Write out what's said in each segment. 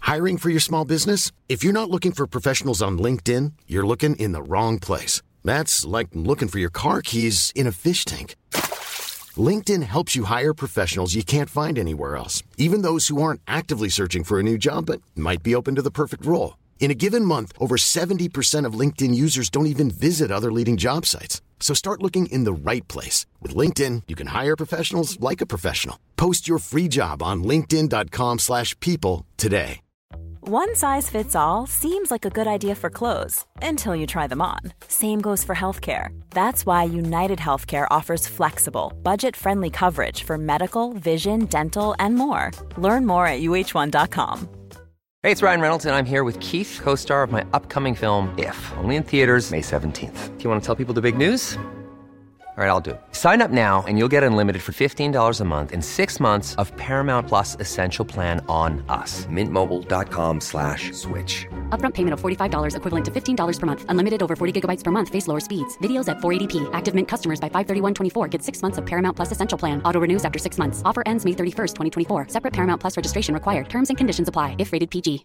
Hiring for your small business? If you're not looking for professionals on LinkedIn, you're looking in the wrong place. That's like looking for your car keys in a fish tank. LinkedIn helps you hire professionals you can't find anywhere else, even those who aren't actively searching for a new job but might be open to the perfect role. In a given month, over 70% of LinkedIn users don't even visit other leading job sites. So start looking in the right place. With LinkedIn, you can hire professionals like a professional. Post your free job on linkedin.com/people today. One size fits all seems like a good idea for clothes until you try them on. Same goes for healthcare. That's why United Healthcare offers flexible, budget-friendly coverage for medical, vision, dental, and more. Learn more at uh1.com. Hey, it's Ryan Reynolds, and I'm here with Keith, co-star of my upcoming film, If, only in theaters May 17th. Do you want to tell people the big news? All right, I'll do it. Sign up now and you'll get unlimited for $15 a month and 6 months of Paramount Plus Essential Plan on us. MintMobile.com/switch. Upfront payment of $45 equivalent to $15 per month. Unlimited over 40 gigabytes per month. Face lower speeds. Videos at 480p. Active Mint customers by 531.24 get 6 months of Paramount Plus Essential Plan. Auto renews after 6 months. Offer ends May 31st, 2024. Separate Paramount Plus registration required. Terms and conditions apply if rated PG.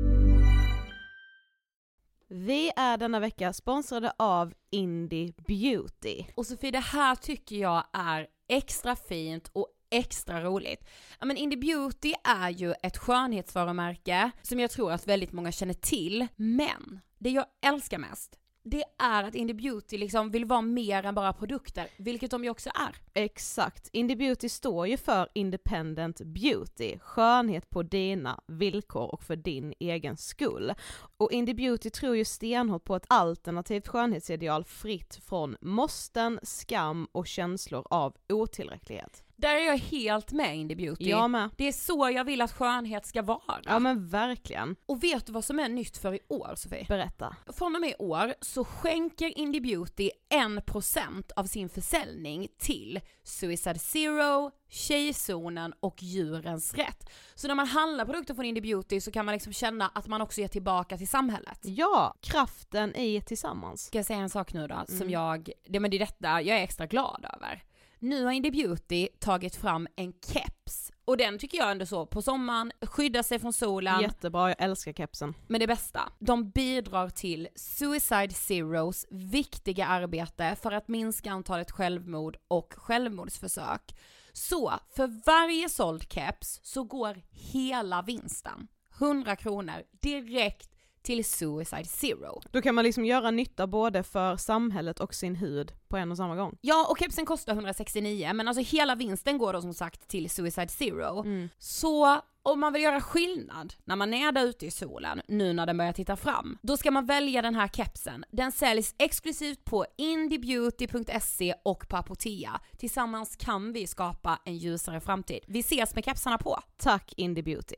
Vi är denna vecka sponsrade av Indie Beauty. Och Sofie, det här tycker jag är extra fint och extra roligt. Ja, men Indie Beauty är ju ett skönhetsvarumärke som jag tror att väldigt många känner till. Men det jag älskar mest, det är att Indie Beauty liksom vill vara mer än bara produkter, vilket de ju också är. Exakt. Indie Beauty står ju för Independent Beauty. Skönhet på dina villkor och för din egen skull. Och Indie Beauty tror ju stenhårt på ett alternativt skönhetsideal fritt från måsten, skam och känslor av otillräcklighet. Där är jag helt med Indie Beauty. Jag med. Det är så jag vill att skönhet ska vara. Ja men verkligen. Och vet du vad som är nytt för i år, Sofie? Berätta. Från och med i år så skänker Indie Beauty 1% av sin försäljning till Suicide Zero, Tjejzonen och Djurens Rätt. Så när man handlar produkter från Indie Beauty så kan man liksom känna att man också ger tillbaka till samhället. Ja, kraften i tillsammans. Ska jag säga en sak nu då? Som det är detta jag är extra glad över. Nu har Indie Beauty tagit fram en keps. Och den tycker jag ändå så på sommaren, skydda sig från solen. Jättebra, jag älskar kepsen. Men det bästa, de bidrar till Suicide Zeros viktiga arbete för att minska antalet självmord och självmordsförsök. Så för varje såld keps så går hela vinsten, 100 kronor, direkt till Suicide Zero. Då kan man liksom göra nytta både för samhället och sin hud på en och samma gång. Ja, och kepsen kostar 169, men alltså hela vinsten går då som sagt till Suicide Zero. Så om man vill göra skillnad när man är där ute i solen, nu när den börjar titta fram, då ska man välja den här kepsen. Den säljs exklusivt på indiebeauty.se och på Apotea. Tillsammans kan vi skapa en ljusare framtid. Vi ses med kepsarna på. Tack Indie Beauty.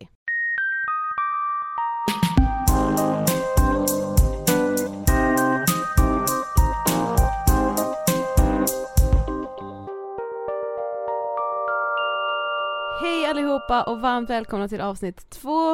Hej allihopa och varmt välkomna till avsnitt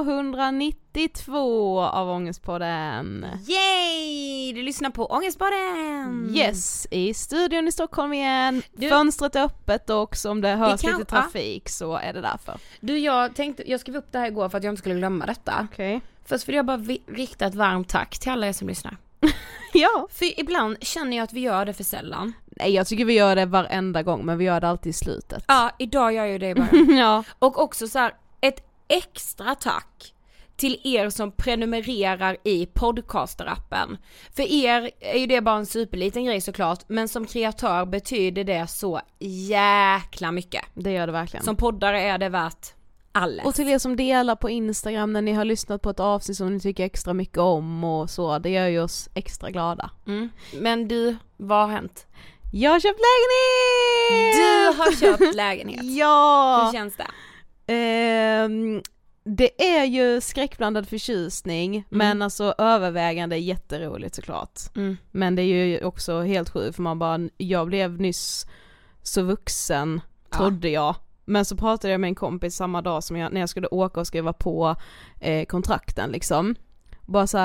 292 av Ångestpodden. Yay! Du lyssnar på Ångestpodden! Yes, i studion i Stockholm igen. Fönstret är öppet också, om det hörs lite trafik så är det därför. Du, jag skrev upp det här igår för att jag inte skulle glömma detta. Okej. Först vill jag bara rikta ett varmt tack till alla er som lyssnar. Ja. För ibland känner jag att vi gör det för sällan. Nej, jag tycker vi gör det varenda gång, men vi gör det alltid i slutet. Ja, idag gör jag det bara. Ja. Och också så här, ett extra tack till er som prenumererar i podcasterappen. För er är ju det bara en superliten grej såklart, men som kreatör betyder det så jäkla mycket. Det gör det verkligen. Som poddare är det värt alles. Och till er som delar på Instagram när ni har lyssnat på ett avsnitt som ni tycker extra mycket om och så, det gör ju oss extra glada. Men du, vad har hänt? Jag har köpt lägenhet! Du har köpt lägenhet. Ja! Hur känns det? Det är ju skräckblandad förtjusning, men alltså övervägande jätteroligt såklart. Men det är ju också helt sjukt för jag blev nyss så vuxen, trodde jag. Men så pratade jag med en kompis samma dag som när jag skulle åka och skriva på kontrakten liksom. Bara så här,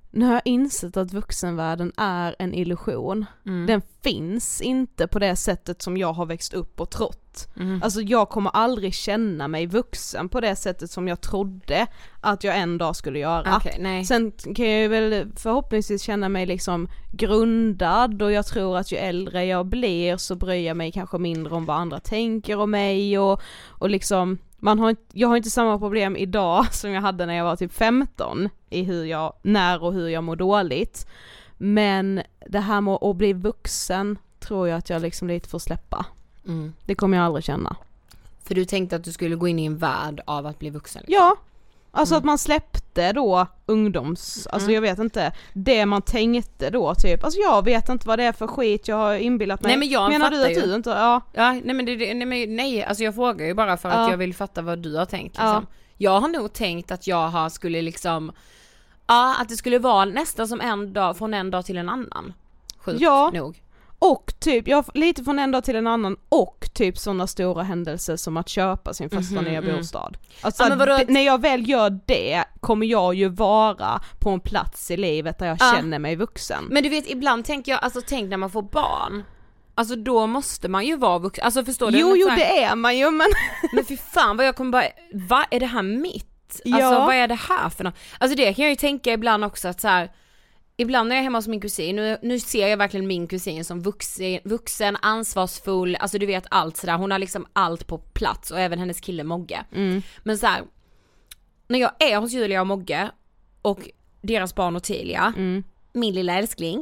nu har jag insett att vuxenvärlden är en illusion. Den finns inte på det sättet som jag har växt upp och trott. Alltså jag kommer aldrig känna mig vuxen på det sättet som jag trodde att jag en dag skulle göra. Okay, sen kan jag ju väl förhoppningsvis känna mig liksom grundad, och jag tror att ju äldre jag blir så bryr jag mig kanske mindre om vad andra tänker om mig, och liksom jag har inte samma problem idag som jag hade när jag var typ 15 i hur jag mår dåligt. Men det här med att bli vuxen tror jag att jag liksom lite får släppa. Det kommer jag aldrig känna. För du tänkte att du skulle gå in i en värld av att bli vuxen? Liksom. Ja, alltså att man släppte då alltså jag vet inte, det man tänkte då typ, alltså jag vet inte vad det är för skit jag har inbillat mig. Nej, men jag menar du att ju. du inte, nej, alltså jag frågar ju bara för att jag vill fatta vad du har tänkt liksom. Jag har nog tänkt att jag skulle liksom, att det skulle vara nästan som från en dag till en annan. Sjukt nog. Och typ, lite från en dag till en annan, och typ sådana stora händelser som att köpa sin första nya bostad. Alltså när jag väl gör det kommer jag ju vara på en plats i livet där jag känner mig vuxen. Men du vet, ibland tänker jag, alltså tänk när man får barn. Alltså då måste man ju vara vuxen. Alltså förstår du? Jo det är man ju, men... Men fy fan vad jag kommer bara, vad är det här mitt? Alltså vad är det här för något? Alltså det kan jag ju tänka ibland också att så här, ibland när jag är hemma hos min kusin, nu ser jag verkligen min kusin som vuxen, ansvarsfull, alltså du vet allt sådär, hon har liksom allt på plats, och även hennes kille Mogge. Men så här, när jag är hos Julia och Mogge och deras barn Ottilia, min lilla älskling,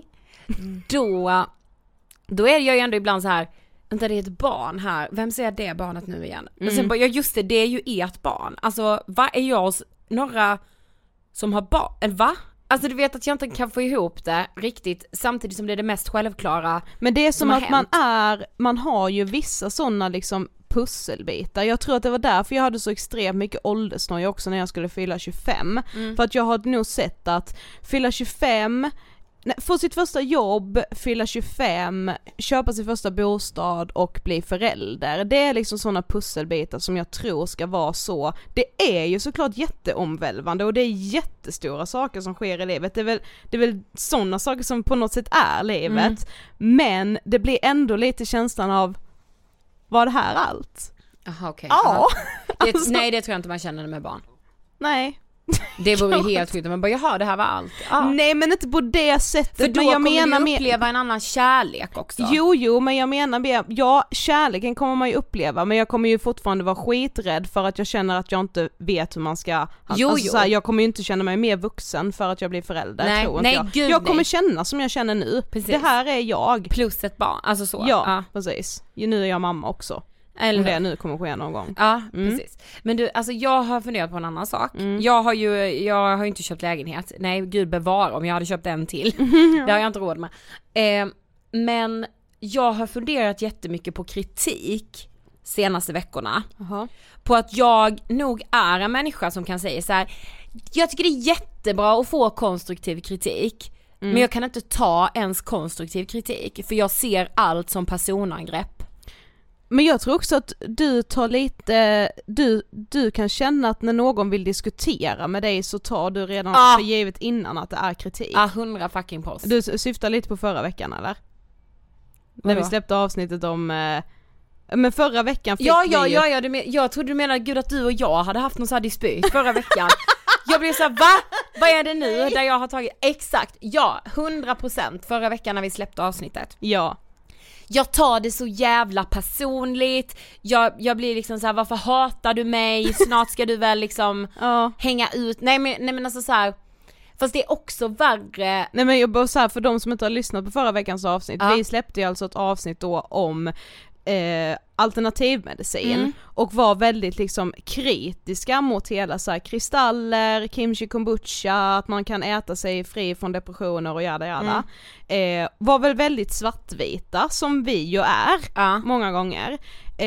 då är jag ju ändå ibland så här, vänta, det är ett barn här, vem säger det barnet nu igen? Och sen bara, ja just det är ju ert barn, alltså vad är jag hos några som har barn, va? Alltså du vet att jag inte kan få ihop det riktigt, samtidigt som det är det mest självklara. Men det är som att man har ju vissa sådana liksom pusselbitar. Jag tror att det var därför jag hade så extremt mycket åldersnoja också när jag skulle fylla 25. För att jag hade nog sett att fylla 25, få sitt första jobb, fylla 25, köpa sin första bostad och bli förälder. Det är liksom sådana pusselbitar som jag tror ska vara så. Det är ju såklart jätteomvälvande och det är jättestora saker som sker i livet. Det är väl sådana saker som på något sätt är livet. Men det blir ändå lite känslan av, var det här allt? Aha, okej. Ja. Alltså, nej, det tror jag inte man känner med barn. Nej. Det vore ju helt sjukt, man bara, jaha, det här var allt. Nej, men inte på det sättet. För då men jag kommer menar du uppleva en annan kärlek också. Jo, men jag menar, kärleken kommer man ju uppleva, men jag kommer ju fortfarande vara skiträdd för att jag känner att jag inte vet hur man ska, så här, jag kommer ju inte känna mig mer vuxen för att jag blir förälder, jag kommer känna som jag känner nu. Precis. Det här är jag. Plus ett barn, alltså så. Ja, precis. Nu är jag mamma också. Eller det nu kommer ske någon gång. Ja, precis. Men du, alltså jag har funderat på en annan sak. Jag har ju inte köpt lägenhet. Nej, gud bevara om jag hade köpt en till. Det har jag inte råd med. Men jag har funderat jättemycket på kritik senaste veckorna. På att jag nog är en människa som kan säga så här: jag tycker det är jättebra att få konstruktiv kritik. Men jag kan inte ta ens konstruktiv kritik, för jag ser allt som personangrepp. Men jag tror också att du tar lite, du kan känna att när någon vill diskutera med dig så tar du redan för givet innan att det är kritik. 100 fucking post. Du syftar lite på förra veckan, eller? När vi släppte avsnittet om, men förra veckan fick jag trodde du menade, gud, att du och jag hade haft någon sån här dispyt förra veckan. Jag blev så här, va? Vad är det nu? Där jag har tagit, exakt, 100% förra veckan när vi släppte avsnittet. Ja. Jag tar det så jävla personligt. Jag blir liksom så här, varför hatar du mig? Snart ska du väl liksom hänga ut. Nej men alltså så här, fast det är också värre. Nej, men jag bara så här, för de som inte har lyssnat på förra veckans avsnitt. Vi släppte ju alltså ett avsnitt då om alternativmedicin och var väldigt liksom kritiska mot hela så här kristaller, kimchi kombucha, att man kan äta sig fri från depressioner och jada. Var väl väldigt svartvita, som vi ju är många gånger.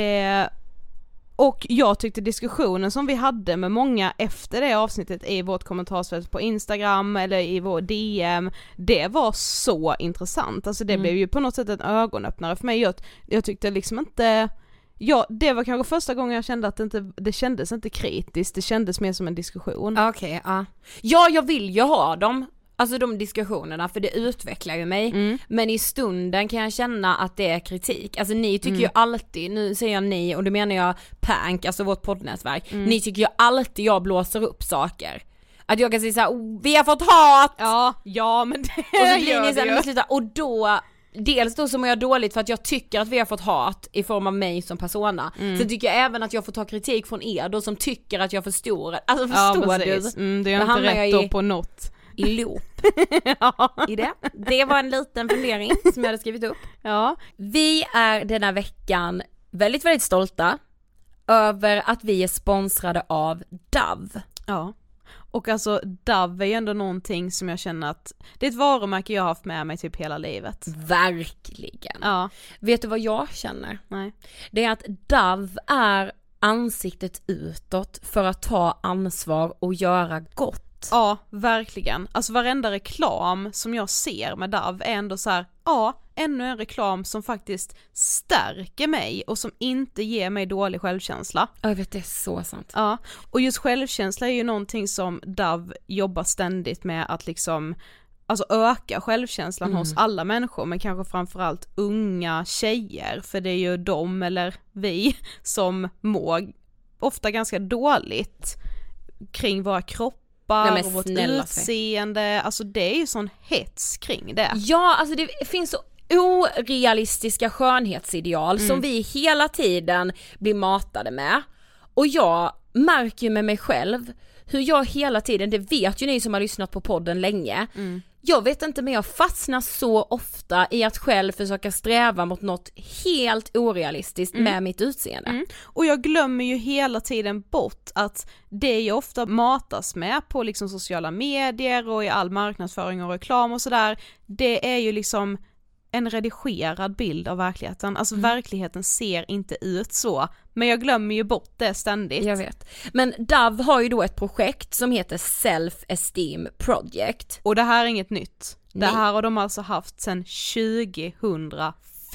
Och jag tyckte diskussionen som vi hade med många efter det avsnittet i vårt kommentarsfält på Instagram eller i vår DM, det var så intressant. Alltså det blev ju på något sätt en ögonöppnare för mig. Jag tyckte liksom inte... det var kanske första gången jag kände att det kändes inte kritiskt, det kändes mer som en diskussion. Okej. Ja, jag vill ju ha dem. alltså de diskussionerna, för det utvecklar ju mig. Men i stunden kan jag känna att det är kritik. Alltså ni tycker ju alltid, nu säger jag ni och det menar jag Pank, alltså vårt poddnätverk. Ni tycker ju alltid jag blåser upp saker. Att jag kan säga såhär, vi har fått hat! Ja men det och så blir gör ni det sen och då dels då så mår jag dåligt för att jag tycker att vi har fått hat i form av mig som persona. Sen tycker jag även att jag får ta kritik från er då som tycker att jag förstår. Alltså förstår du? Det är inte rätt då på något. I loop. I det. Det var en liten fundering som jag hade skrivit upp. Ja. Vi är denna veckan väldigt, väldigt stolta över att vi är sponsrade av Dove. Ja. Och alltså Dove är ju ändå någonting som jag känner att det är ett varumärke jag har haft med mig typ hela livet. Verkligen. Ja. Vet du vad jag känner? Nej. Det är att Dove är ansiktet utåt för att ta ansvar och göra gott. Ja, verkligen. Alltså varenda reklam som jag ser med Dove är ändå så här, ännu en reklam som faktiskt stärker mig och som inte ger mig dålig självkänsla. Jag vet, det är så sant. Ja, och just självkänsla är ju någonting som Dove jobbar ständigt med att liksom, alltså öka självkänslan hos alla människor, men kanske framförallt unga tjejer, för det är ju de eller vi som mår ofta ganska dåligt kring våra kroppar. Nej, och vårt utseende, alltså det är ju sån hets kring det. Ja, alltså det finns så orealistiska skönhetsideal som vi hela tiden blir matade med. Och jag märker ju med mig själv hur jag hela tiden, det vet ju ni som har lyssnat på podden länge, jag vet inte, men jag fastnar så ofta i att själv försöka sträva mot något helt orealistiskt med mitt utseende. Och jag glömmer ju hela tiden bort att det jag ofta matas med på liksom sociala medier och i all marknadsföring och reklam och sådär, det är ju liksom en redigerad bild av verkligheten. Alltså verkligheten ser inte ut så. Men jag glömmer ju bort det ständigt. Jag vet. Men Dove har ju då ett projekt som heter Self-Esteem Project. Och det här är inget nytt. Nej. Det här har de alltså haft sedan 2004.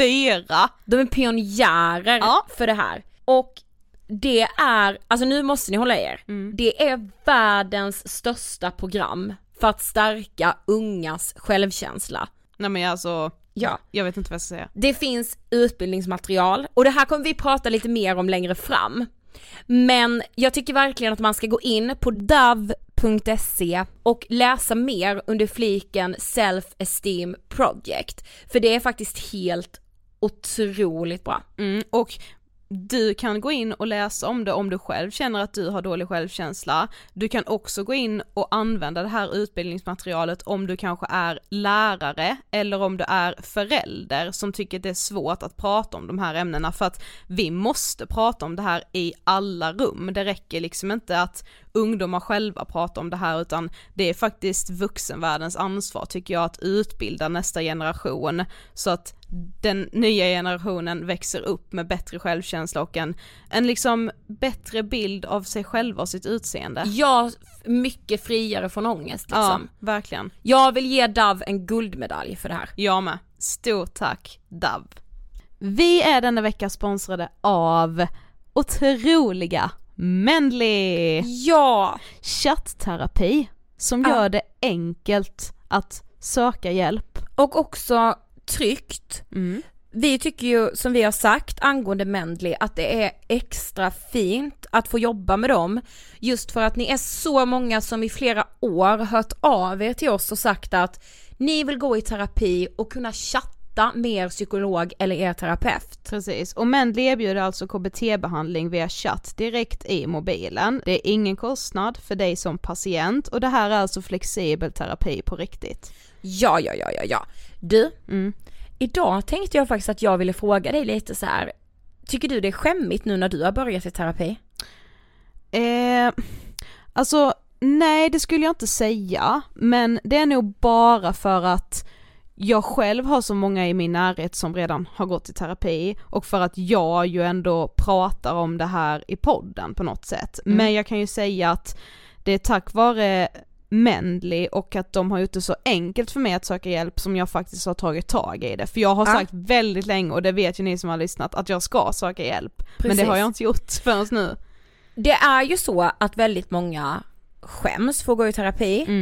De är pionjärer för det här. Och det är, alltså nu måste ni hålla er. Det är världens största program för att stärka ungas självkänsla. Nej men alltså, ja. Jag vet inte vad jag ska säga. Det finns utbildningsmaterial och det här kommer vi prata lite mer om längre fram. Men jag tycker verkligen att man ska gå in på dove.se och läsa mer under fliken Self-Esteem Project. För det är faktiskt helt otroligt bra. Och du kan gå in och läsa om det om du själv känner att du har dålig självkänsla. Du kan också gå in och använda det här utbildningsmaterialet om du kanske är lärare eller om du är förälder som tycker det är svårt att prata om de här ämnena, för att vi måste prata om det här i alla rum. Det räcker liksom inte att ungdomar själva pratar om det här, utan det är faktiskt vuxenvärldens ansvar tycker jag att utbilda nästa generation så att den nya generationen växer upp med bättre självkänsla och en liksom bättre bild av sig själva och sitt utseende. Ja, mycket friare från ångest liksom. Ja, verkligen. Jag vill ge Dove en guldmedalj för det här. Jag med. Stort tack, Dove. Vi är denna vecka sponsrade av otroliga Mendley. Ja! Chattterapi som gör det enkelt att söka hjälp. Och också tryggt. Vi tycker ju, som vi har sagt angående Mendley, att det är extra fint att få jobba med dem, just för att ni är så många som i flera år hört av er till oss och sagt att ni vill gå i terapi och kunna chatta med er psykolog eller er terapeut. Precis, och Mendley erbjuder alltså KBT-behandling via chatt direkt i mobilen. Det är ingen kostnad för dig som patient och det här är alltså flexibel terapi på riktigt. Ja. Du, idag tänkte jag faktiskt att jag ville fråga dig lite så här. Tycker du det är skämmigt nu när du har börjat i terapi? Alltså, nej det skulle jag inte säga, men det är nog bara för att jag själv har så många i min närhet som redan har gått i terapi och för att jag ju ändå pratar om det här i podden på något sätt. Men jag kan ju säga att det är tack vare Mendley och att de har gjort det så enkelt för mig att söka hjälp som jag faktiskt har tagit tag i det. För jag har sagt väldigt länge, och det vet ju ni som har lyssnat, att jag ska söka hjälp. Precis. Men det har jag inte gjort förrän nu. Det är ju så att väldigt många skäms för att gå i terapi.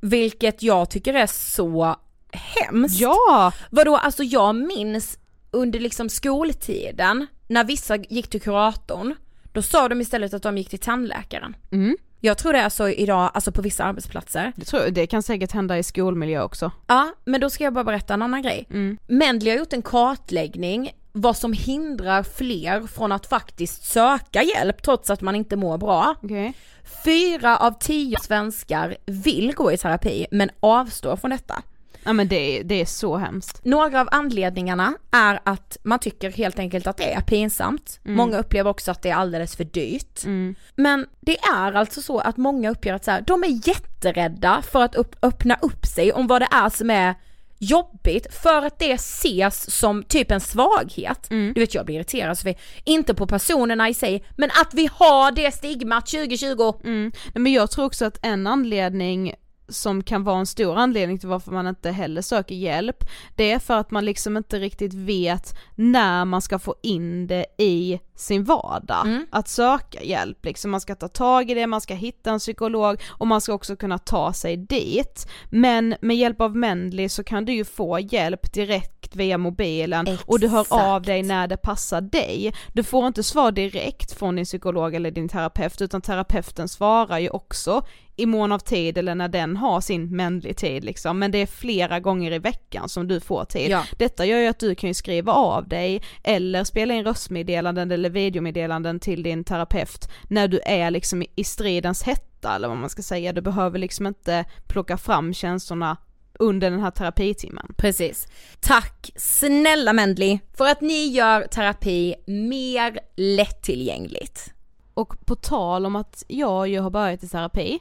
Vilket jag tycker är så hemskt. Ja! Vadå, alltså jag minns under liksom skoltiden när vissa gick till kuratorn, då sa de istället att de gick till tandläkaren. Jag tror det är så idag, alltså på vissa arbetsplatser. Det kan säkert hända i skolmiljö också. Ja, men då ska jag bara berätta en annan grej. Mendley har gjort en kartläggning vad som hindrar fler från att faktiskt söka hjälp trots att man inte mår bra. Okay. 4 av 10 svenskar vill gå i terapi men avstår från detta. Ja, men det är så hemskt. Några av anledningarna är att man tycker helt enkelt att det är pinsamt. Många upplever också att det är alldeles för dyrt. Men det är alltså så att många uppger att så här, de är jätterädda för att öppna upp sig om vad det är som är jobbigt, för att det ses som typ en svaghet. Du vet, jag blir irriterad så inte på personerna i sig, men att vi har det stigmat 2020. Nej, men jag tror också att en anledning som kan vara en stor anledning till varför man inte heller söker hjälp, det är för att man liksom inte riktigt vet när man ska få in det i sin vardag, att söka hjälp. Liksom man ska ta tag i det, man ska hitta en psykolog och man ska också kunna ta sig dit. Men med hjälp av Mendley så kan du ju få hjälp direkt via mobilen. Exakt. Och du hör av dig när det passar dig. Du får inte svar direkt från din psykolog eller din terapeut, utan terapeuten svarar ju också i mån av tid eller när den har sin Mendley-tid liksom. Men det är flera gånger i veckan som du får tid. Ja. Detta gör ju att du kan ju skriva av dig eller spela in röstmeddelanden eller videomeddelanden till din terapeut när du är liksom i stridens hetta eller vad man ska säga. Du behöver liksom inte plocka fram känslorna under den här terapitimmen. Precis. Tack snälla Mendley för att ni gör terapi mer lättillgängligt. Och på tal om att jag har börjat i terapi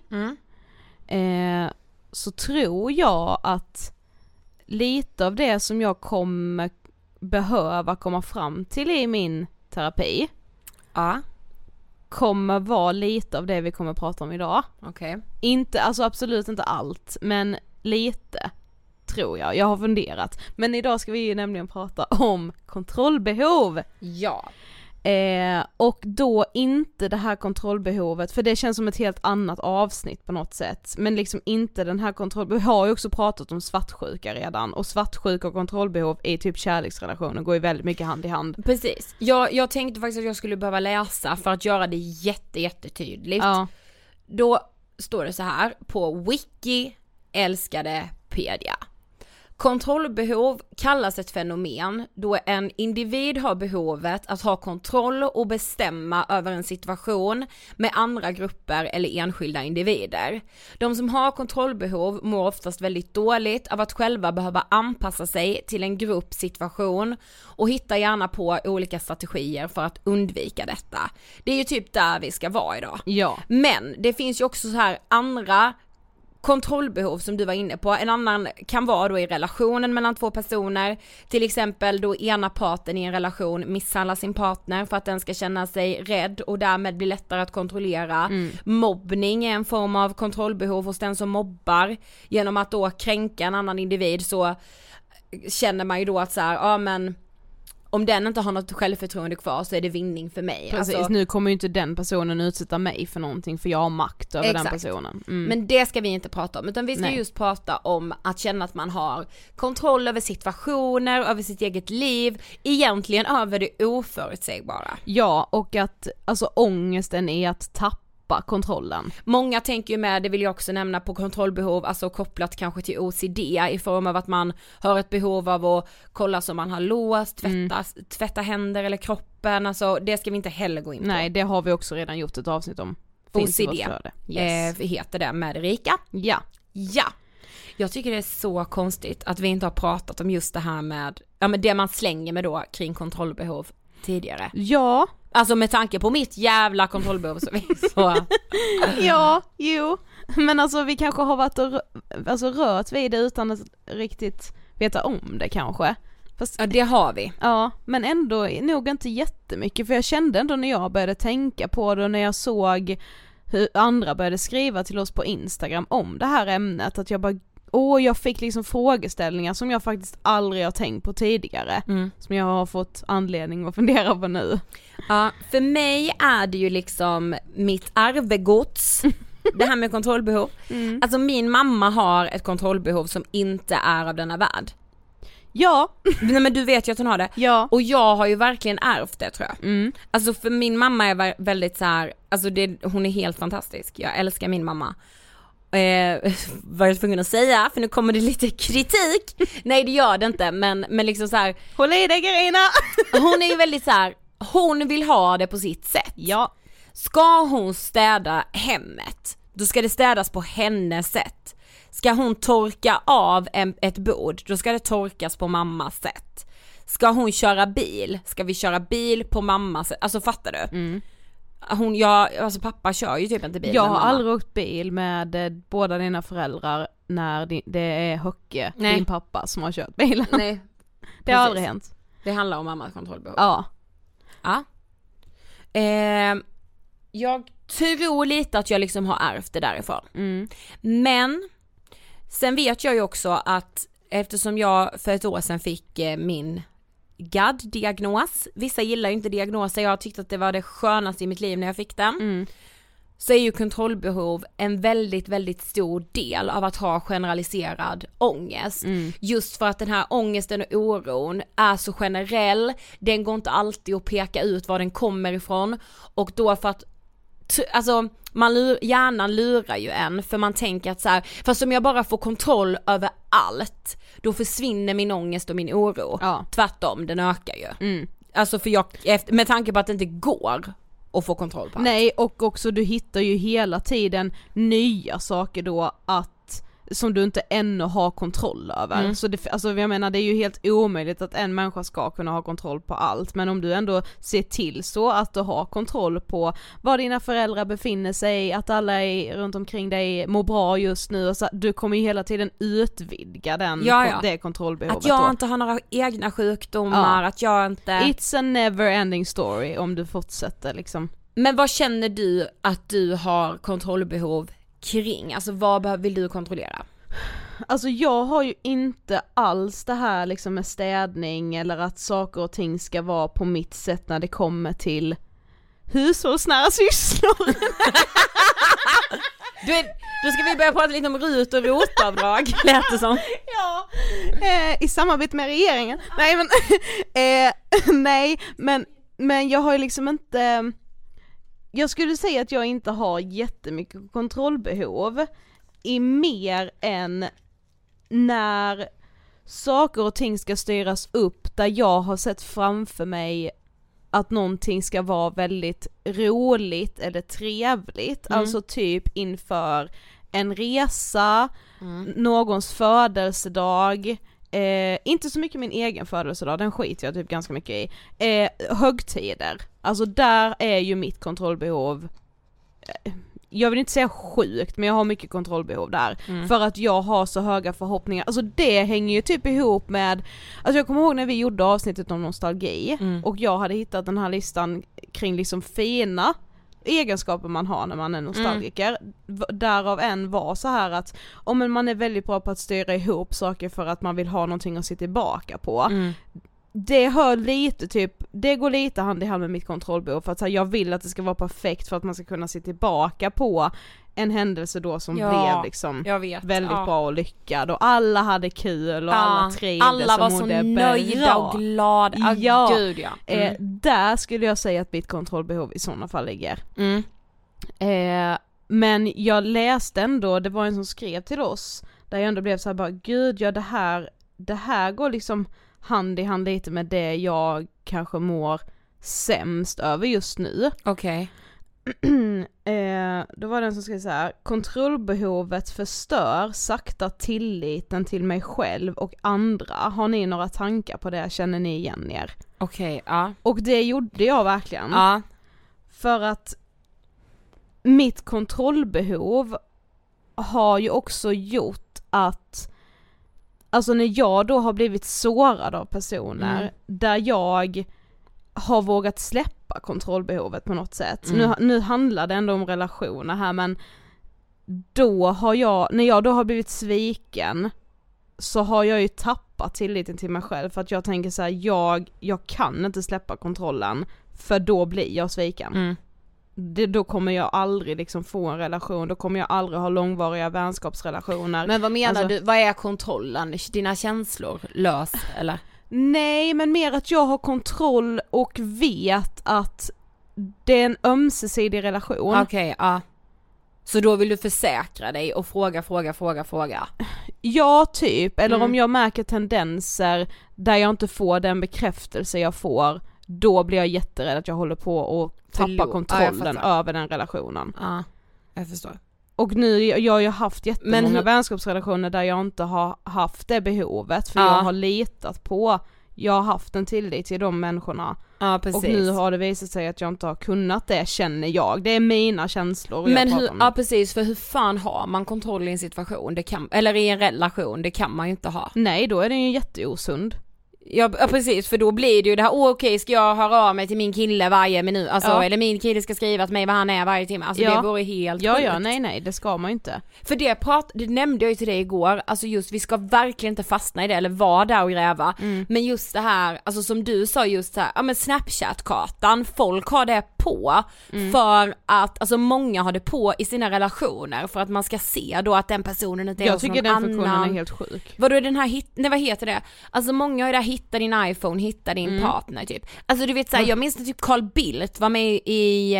så tror jag att lite av det som jag kommer behöva komma fram till i min terapi kommer vara lite av det vi kommer prata om idag. Okay. Inte, alltså absolut inte allt, men lite tror jag. Jag har funderat. Men idag ska vi ju nämligen prata om kontrollbehov. Ja. Och då inte det här kontrollbehovet, för det känns som ett helt annat avsnitt på något sätt, men liksom inte den här kontrollbehovet. Vi har ju också pratat om svartsjuka redan, och svartsjuka och kontrollbehov i typ kärleksrelationer går ju väldigt mycket hand i hand. Precis, jag tänkte faktiskt att jag skulle behöva läsa för att göra det jättetydligt. Ja. Då står det så här på Wiki älskadepedia. Kontrollbehov kallas ett fenomen då en individ har behovet att ha kontroll och bestämma över en situation med andra grupper eller enskilda individer. De som har kontrollbehov mår oftast väldigt dåligt av att själva behöva anpassa sig till en gruppsituation och hittar gärna på olika strategier för att undvika detta. Det är ju typ där vi ska vara idag. Ja. Men det finns ju också så här andra kontrollbehov som du var inne på. En annan kan vara då i relationen mellan två personer. Till exempel då ena parten i en relation misshandlar sin partner för att den ska känna sig rädd och därmed blir lättare att kontrollera. Mobbning är en form av kontrollbehov hos den som mobbar. Genom att då kränka en annan individ så känner man ju då att så här, men om den inte har något självförtroende kvar så är det vinning för mig. Precis, alltså, nu kommer ju inte den personen utsätta mig för någonting för jag har makt över den personen. Men det ska vi inte prata om, utan vi ska just prata om att känna att man har kontroll över situationer, över sitt eget liv, egentligen över det oförutsägbara. Ja, och att alltså ångesten är att tappa kontrollen. Många tänker ju med, det vill jag också nämna, på kontrollbehov, alltså kopplat kanske till OCD i form av att man har ett behov av att kolla så man har låst, tvätta händer eller kroppen, alltså det ska vi inte heller gå in på. Nej, det har vi också redan gjort ett avsnitt om. OCD heter det med Erika. Ja. Jag tycker det är så konstigt att vi inte har pratat om just det här med det man slänger med då kring kontrollbehov tidigare. Ja. Alltså med tanke på mitt jävla kontrollbehov så. Ja, jo. Men alltså vi kanske har varit och rört vid det utan att riktigt veta om det kanske. Fast, ja, det har vi. Ja, men ändå nog inte jättemycket. För jag kände ändå när jag började tänka på det och när jag såg hur andra började skriva till oss på Instagram om det här ämnet, att jag bara jag fick liksom frågeställningar som jag faktiskt aldrig har tänkt på tidigare. Som jag har fått anledning att fundera på nu. Ja, för mig är det ju liksom mitt arvegods det här med kontrollbehov. Alltså min mamma har ett kontrollbehov som inte är av denna värld. Ja. Nej, men du vet ju att hon har det. Ja. Och jag har ju verkligen ärvt det, tror jag. Alltså för min mamma är väldigt så här, alltså hon är helt fantastisk. Jag älskar min mamma. Vad jag tvungen att säga, för nu kommer det lite kritik. Nej, det gör det inte, men liksom så här, håll i dig, Carina. Hon är ju väldigt så här, hon vill ha det på sitt sätt. Ja. Ska hon städa hemmet, då ska det städas på hennes sätt. Ska hon torka av ett bord, då ska det torkas på mammas sätt. Ska hon köra bil, ska vi köra bil på mammas sätt. Alltså fattar du? Alltså pappa kör ju typ inte bil. Jag har aldrig åkt bil med båda dina föräldrar när det är Höcke, din pappa, som har kört bilen. Nej. Det har aldrig hänt. Det handlar om mammas kontrollbehov. Ja. Jag tror lite att jag liksom har ärvt det därifrån. Men sen vet jag ju också att eftersom jag för ett år sedan fick min GAD-diagnos, vissa gillar ju inte diagnoser, jag tyckte att det var det skönaste i mitt liv när jag fick den, så är ju kontrollbehov en väldigt, väldigt stor del av att ha generaliserad ångest. Just för att den här ångesten och oron är så generell, den går inte alltid att peka ut var den kommer ifrån, och då för att alltså hjärnan lurar ju en, för man tänker att så här, fast om jag bara får kontroll över allt, då försvinner min ångest och min oro. Tvärtom, den ökar ju. Alltså för med tanke på att det inte går att få kontroll på allt. Nej, och också du hittar ju hela tiden nya saker då som du inte ännu har kontroll över. Så alltså jag menar, det är ju helt omöjligt att en människa ska kunna ha kontroll på allt, men om du ändå ser till så att du har kontroll på var dina föräldrar befinner sig, att alla runt omkring dig mår bra just nu, och så, du kommer ju hela tiden utvidga det kontrollbehovet. Att jag inte har några egna sjukdomar, att jag inte... It's a never ending story om du fortsätter liksom. Men vad känner du att du har kontrollbehov kring? Alltså vad vill du kontrollera? Alltså jag har ju inte alls det här liksom med städning eller att saker och ting ska vara på mitt sätt när det kommer till hushållsnära sysslor. Då ska vi börja prata lite om RUT och ROT-avdrag, lät det som. Ja, i samarbete med regeringen. Nej, men jag har ju liksom inte... Jag skulle säga att jag inte har jättemycket kontrollbehov i mer än när saker och ting ska styras upp där jag har sett framför mig att någonting ska vara väldigt roligt eller trevligt. Alltså typ inför en resa, någons födelsedag, inte så mycket min egen födelsedag, den skiter jag typ ganska mycket i. Högtider, alltså där är ju mitt kontrollbehov, jag vill inte säga sjukt, men jag har mycket kontrollbehov där. För att jag har så höga förhoppningar. Alltså det hänger ju typ ihop med, alltså jag kommer ihåg när vi gjorde avsnittet om nostalgi, och jag hade hittat den här listan kring liksom fina egenskaper man har när man är nostalgiker. Därav en var så här att men man är väldigt bra på att styra ihop saker för att man vill ha någonting att se tillbaka på. Det hör lite typ, det går lite hand i hand med mitt kontrollbehov, för att jag vill att det ska vara perfekt för att man ska kunna se tillbaka på en händelse då som blev liksom väldigt bra och lyckad, och alla hade kul och alla trivdes, alla var så nöjda och glada. Gud, där skulle jag säga att mitt kontrollbehov i sådana fall ligger. Men jag läste ändå, det var en som skrev till oss där jag ändå blev så här bara, gud, ja det här går liksom hand i hand lite med det jag kanske mår sämst över just nu. Okej. Då var det en som skrev så här: kontrollbehovet förstör sakta tilliten till mig själv och andra. Har ni några tankar på det? Känner ni igen er? Okej, ja. Och det gjorde jag verkligen. Ja. För att mitt kontrollbehov har ju också gjort att, alltså när jag då har blivit sårad av personer där jag har vågat släppa kontrollbehovet på något sätt. Nu handlar det ändå om relationer här, men då har när jag då har blivit sviken, så har jag ju tappat tilliten till mig själv, för att jag tänker så här, jag kan inte släppa kontrollen, för då blir jag sviken. då kommer jag aldrig liksom få en relation, då kommer jag aldrig ha långvariga vänskapsrelationer. Men vad menar du, vad är kontrollen? Dina känslor lös eller? Nej, men mer att jag har kontroll och vet att det är en ömsesidig relation. Okej, ja. Så då vill du försäkra dig och fråga? Ja, typ. Eller om jag märker tendenser där jag inte får den bekräftelse jag får, då blir jag jätterädd att jag håller på att tappa kontrollen över den relationen. Ja, jag förstår. Och nu, jag har ju haft jättemånga vänskapsrelationer där jag inte har haft det behovet, för jag har litat på, jag har haft en tillit till de människorna. Ja, precis. Och nu har det visat sig att jag inte har kunnat det, känner jag. Det är mina känslor. Men ja, precis, för hur fan har man kontroll i en situation? Eller i en relation, det kan man ju inte ha. Nej, då är det ju jätteosund. Ja, precis, för då blir det ju det här, okej, ska jag höra av mig till min kille varje minut, alltså, eller min kille ska skriva till mig vad han är varje timme, alltså det vore helt sjukt. Ja, nej, det ska man ju inte. För det nämnde jag ju till dig igår, alltså just vi ska verkligen inte fastna i det eller vara där och gräva, men just det här, alltså som du sa, just så här, ja men Snapchat-kartan, folk har det på för att, alltså många har det på i sina relationer för att man ska se då att den personen inte är jag hos någon tycker den annan. funktionen är helt sjuk. Vadå är den här, vad heter det? Alltså många har ju där, hitta din iPhone, hitta din partner typ. Alltså du vet såhär, jag minns att typ Carl Bildt var med i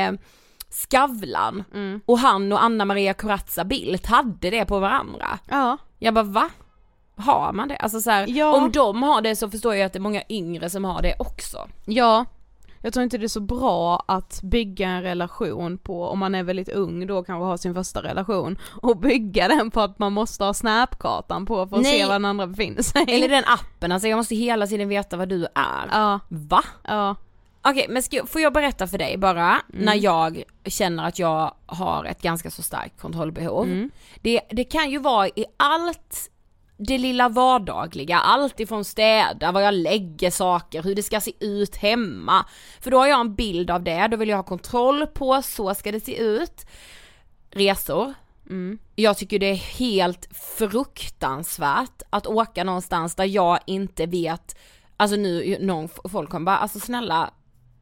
Skavlan och han och Anna Maria Corazza Bildt hade det på varandra. Ja. Jag bara, va? Har man det? Alltså såhär, om de har det så förstår jag att det är många yngre som har det också. Ja. Jag tror inte det är så bra att bygga en relation på, om man är väldigt ung då kanske har sin första relation, och bygga den på att man måste ha Snapkartan på för att se var den andra befinner sig. Eller den appen, alltså jag måste hela tiden veta vad du är. Ja. Va? Ja. Okej, men får jag berätta för dig bara, när jag känner att jag har ett ganska så starkt kontrollbehov. Det kan ju vara i allt det lilla vardagliga, allt ifrån städa, vad jag lägger saker, hur det ska se ut hemma. För då har jag en bild av det, då vill jag ha kontroll på, så ska det se ut. Resor. Jag tycker det är helt fruktansvärt att åka någonstans där jag inte vet, alltså nu, folk kommer bara, alltså snälla,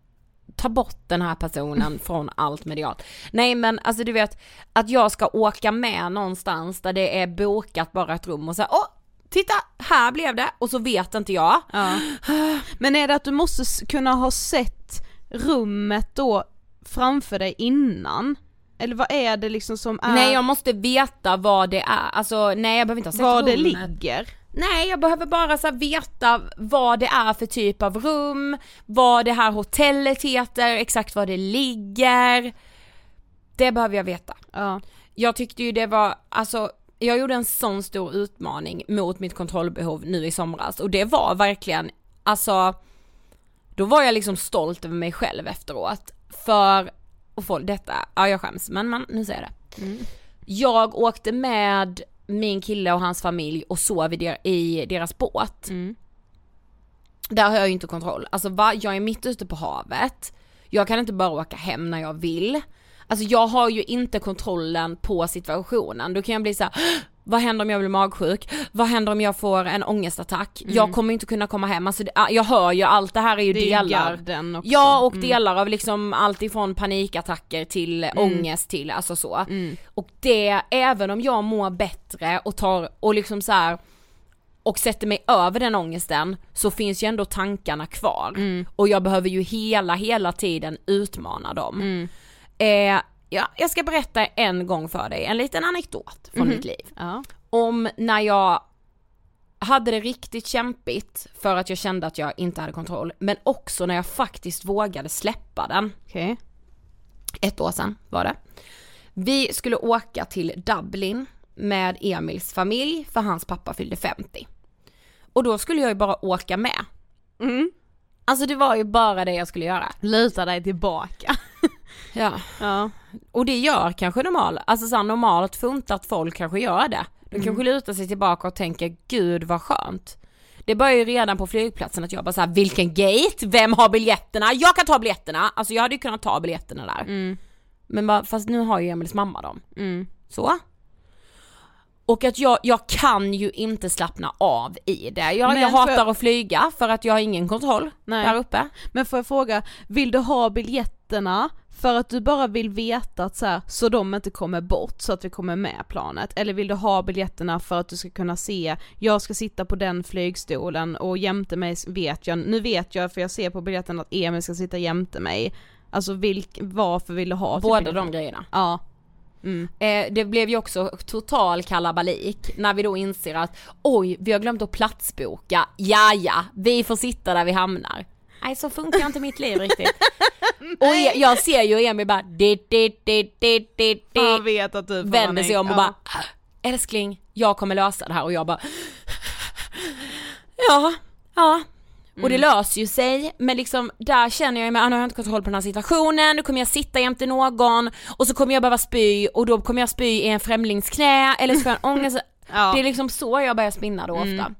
ta bort den här personen från allt medialt. Nej men alltså du vet, att jag ska åka med någonstans där det är bokat bara ett rum och så här, titta, här blev det, och så vet inte jag. Ja. Men är det att du måste kunna ha sett rummet då framför dig innan? Eller vad är det liksom som är? Nej, jag måste veta vad det är. Alltså nej, jag behöver inte ha sett var rummet. Det ligger. Nej, jag behöver bara så veta vad det är för typ av rum, vad det här hotellet heter, exakt var det ligger. Det behöver jag veta. Ja. Jag tyckte ju det var, alltså jag gjorde en sån stor utmaning mot mitt kontrollbehov nu i somras, och det var verkligen, alltså då var jag liksom stolt över mig själv efteråt, för att få detta, ja jag skäms, men nu säger jag det. Jag åkte med min kille och hans familj och sov i deras båt. Där har jag ju inte kontroll. Alltså jag är mitt ute på havet. Jag kan inte bara åka hem när jag vill. Alltså jag har ju inte kontrollen på situationen. Då kan jag bli så här: vad händer om jag blir magsjuk? Vad händer om jag får en ångestattack? Jag kommer inte kunna komma hem. Alltså jag hör ju, allt det här är ju delar. Ja, och delar av liksom allt ifrån panikattacker till ångest till, alltså så. Och det, även om jag mår bättre och tar och liksom så här och sätter mig över den ångesten, så finns ju ändå tankarna kvar. Och jag behöver ju hela tiden utmana dem. Jag ska berätta en gång för dig en liten anekdot från mitt liv. Om när jag hade det riktigt kämpigt för att jag kände att jag inte hade kontroll, men också när jag faktiskt vågade släppa den. Okay. 1 år sedan var det. Vi skulle åka till Dublin med Emils familj, för hans pappa fyllde 50. Och då skulle jag ju bara åka med. Alltså det var ju bara det jag skulle göra. Luta dig tillbaka. Ja. Och det gör kanske normalt funtat folk kanske gör det. De kanske lutar sig tillbaka och tänker, gud vad skönt. Det börjar ju redan på flygplatsen att jag bara så här: vilken gate? Vem har biljetterna? Jag kan ta biljetterna. Alltså jag hade ju kunnat ta biljetterna där. Men bara, fast nu har ju Emils mamma dem. Så. Och att jag kan ju inte slappna av i det. Jag hatar att flyga för att jag har ingen kontroll där uppe. Men får jag fråga, vill du ha biljetterna för att du bara vill veta att så de inte kommer bort så att vi kommer med planet, eller vill du ha biljetterna för att du ska kunna se, jag ska sitta på den flygstolen och jämte mig nu vet jag för jag ser på biljetten att Emil ska sitta jämte mig. Alltså varför vill du ha båda de grejerna? Ja. Det blev ju också total kalabalik när vi då inser att oj, vi har glömt att platsboka. Ja, vi får sitta där vi hamnar. Nej, så funkar inte mitt liv riktigt. Och jag ser ju Emil bara jag vet att du vänder sig om och bara älskling, jag kommer lösa det här. Och jag bara ja. Och det löser ju sig. Men liksom där känner jag mig, nu har jag inte kontroll på den här situationen. Nu kommer jag sitta jämte någon och så kommer jag behöva spy. Och då kommer jag spy i en främlingsknä. Eller så får jag en ångest. Det är liksom så jag börjar spinna då ofta.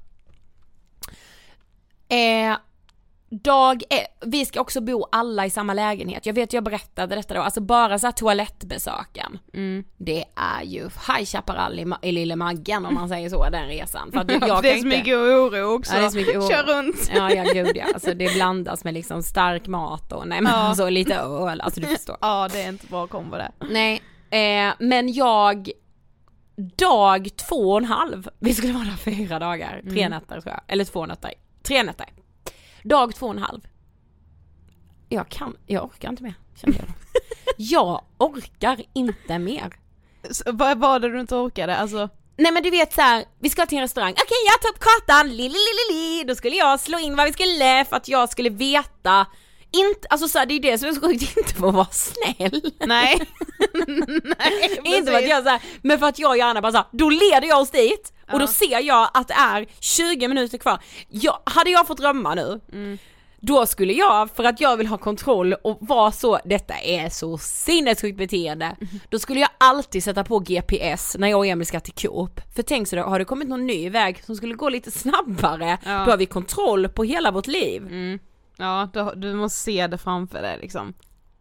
Vi ska också bo alla i samma lägenhet. Jag vet, jag berättade detta då. Alltså bara så här toalettbesöken. Det är ju High Chaparral i lille Maggen, om man säger så, den resan. För att jag det är så mycket oro också. Ja, det är så mycket oro. Kör runt. Ja, gud ja. Alltså det blandas med liksom stark mat och alltså lite öl. Alltså du förstår. Ja, det är inte bra kombo det. Nej, men jag dag 2,5. Vi skulle vara där 4 dagar. 3 nätter tror jag. Eller 2 nätter. 3 nätter. Dag 2,5. Jag orkar inte mer, känner jag. Jag orkar inte mer. Så, vad var det du inte orkade? Alltså... Nej men du vet så här, vi ska till en restaurang. Okej, jag tar upp kartan. Då skulle jag slå in vad vi skulle för att jag skulle veta. Inte, alltså så här, det är det som är så sjukt, inte för att vara snäll. Nej. Inte för att jag så här, men för att jag gärna bara så här, då leder jag oss dit. Och då ser jag att det är 20 minuter kvar. Hade jag fått drömma nu, då skulle jag, för att jag vill ha kontroll och vara så, detta är så sinnessjukt beteende, då skulle jag alltid sätta på GPS när jag och Emil ska till Coop. För tänk så då, har det kommit någon ny väg som skulle gå lite snabbare, då har vi kontroll på hela vårt liv. Ja, du måste se det framför dig liksom.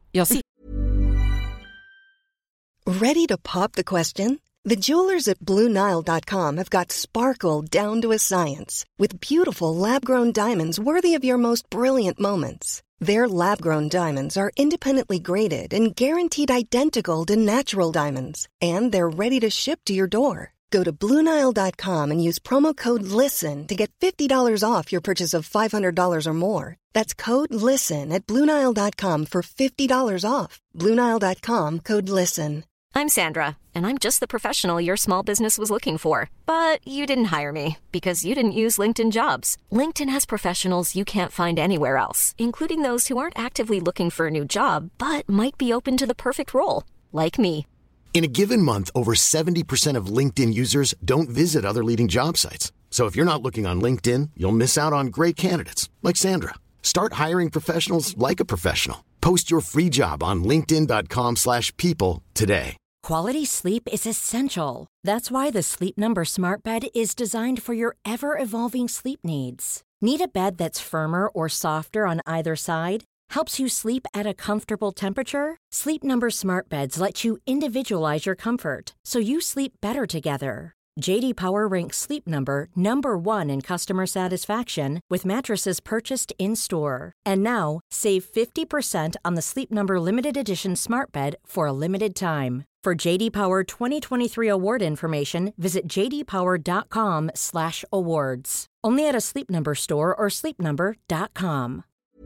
Ready to pop the question? The jewelers at BlueNile.com have got sparkle down to a science with beautiful lab-grown diamonds worthy of your most brilliant moments. Their lab-grown diamonds are independently graded and guaranteed identical to natural diamonds, and they're ready to ship to your door. Go to BlueNile.com and use promo code LISTEN to get $50 off your purchase of $500 or more. That's code LISTEN at BlueNile.com for $50 off. BlueNile.com, code LISTEN. I'm Sandra, and I'm just the professional your small business was looking for. But you didn't hire me because you didn't use LinkedIn Jobs. LinkedIn has professionals you can't find anywhere else, including those who aren't actively looking for a new job, but might be open to the perfect role, like me. In a given month, over 70% of LinkedIn users don't visit other leading job sites. So if you're not looking on LinkedIn, you'll miss out on great candidates like Sandra. Start hiring professionals like a professional. Post your free job on linkedin.com/people today. Quality sleep is essential. That's why the Sleep Number Smart Bed is designed for your ever-evolving sleep needs. Need a bed that's firmer or softer on either side? Helps you sleep at a comfortable temperature? Sleep Number Smart Beds let you individualize your comfort so you sleep better together. J.D. Power ranks Sleep Number #1 in customer satisfaction with mattresses purchased in-store. And now, save 50% on the Sleep Number Limited Edition Smart Bed for a limited time. For J.D. Power 2023 award information, visit jdpower.com/awards. Only at a Sleep Number store or sleepnumber.com.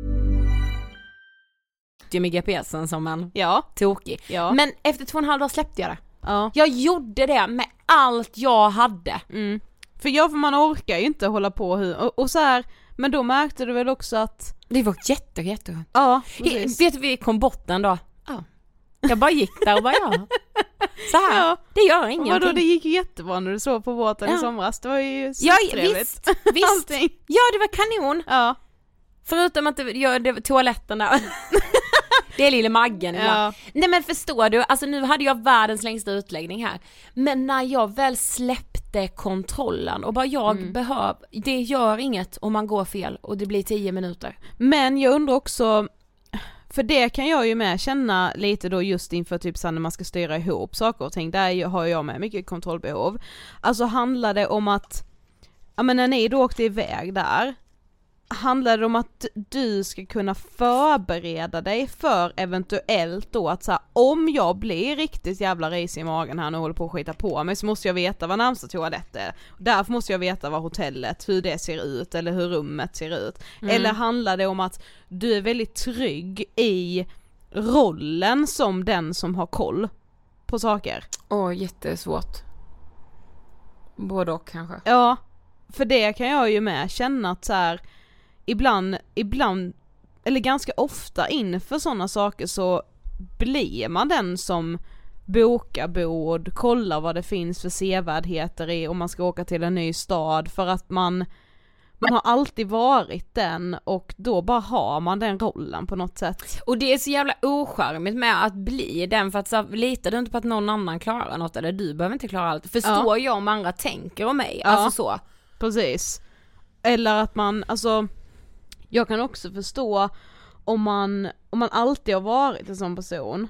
Med GPSen som en tokig. Ja. Men efter 2,5 dagar släppte jag det. Ja. Jag gjorde det med allt jag hade. För man orkar ju inte hålla på och så här, men då märkte du väl också att det var jätteskönt. Ja, vet du, vi kom bort en dag. Ja. Jag bara gick där och bara så här, det gör ingenting. Vadå, det gick ju jättebra när du sov på båten i somras. Det var ju visst. Ja, det var kanon. Ja. Förutom att det var toaletterna. Det är lille Maggen. Ja. Nej men förstår du, alltså nu hade jag världens längsta utläggning här. Men när jag väl släppte kontrollen och bara det gör inget om man går fel och det blir 10 minuter. Men jag undrar också, för det kan jag ju med känna lite då just inför typ så när man ska styra ihop saker och ting. Där har jag med mycket kontrollbehov. Alltså handlar det om att, ja men när ni då åkte iväg där, handlar det om att du ska kunna förbereda dig för eventuellt då att så här, om jag blir riktigt jävla risig i magen här och håller på att skita på mig, så måste jag veta vad närmsta toalett är. Därför måste jag veta vad hotellet, hur det ser ut eller hur rummet ser ut. Eller handlar det om att du är väldigt trygg i rollen som den som har koll på saker? Jättesvårt. Både och kanske. Ja, för det kan jag ju med känna att så här, ibland, eller ganska ofta inför sådana saker så blir man den som bokar bord, kollar vad det finns för sevärdheter i om man ska åka till en ny stad, för att man har alltid varit den och då bara har man den rollen på något sätt. Och det är så jävla ocharmigt med att bli den, för att så litar du inte på att någon annan klarar något, eller du behöver inte klara allt. Förstår jag om andra tänker om mig? Ja, alltså så. Precis. Eller att man, alltså jag kan också förstå om man alltid har varit en sån person,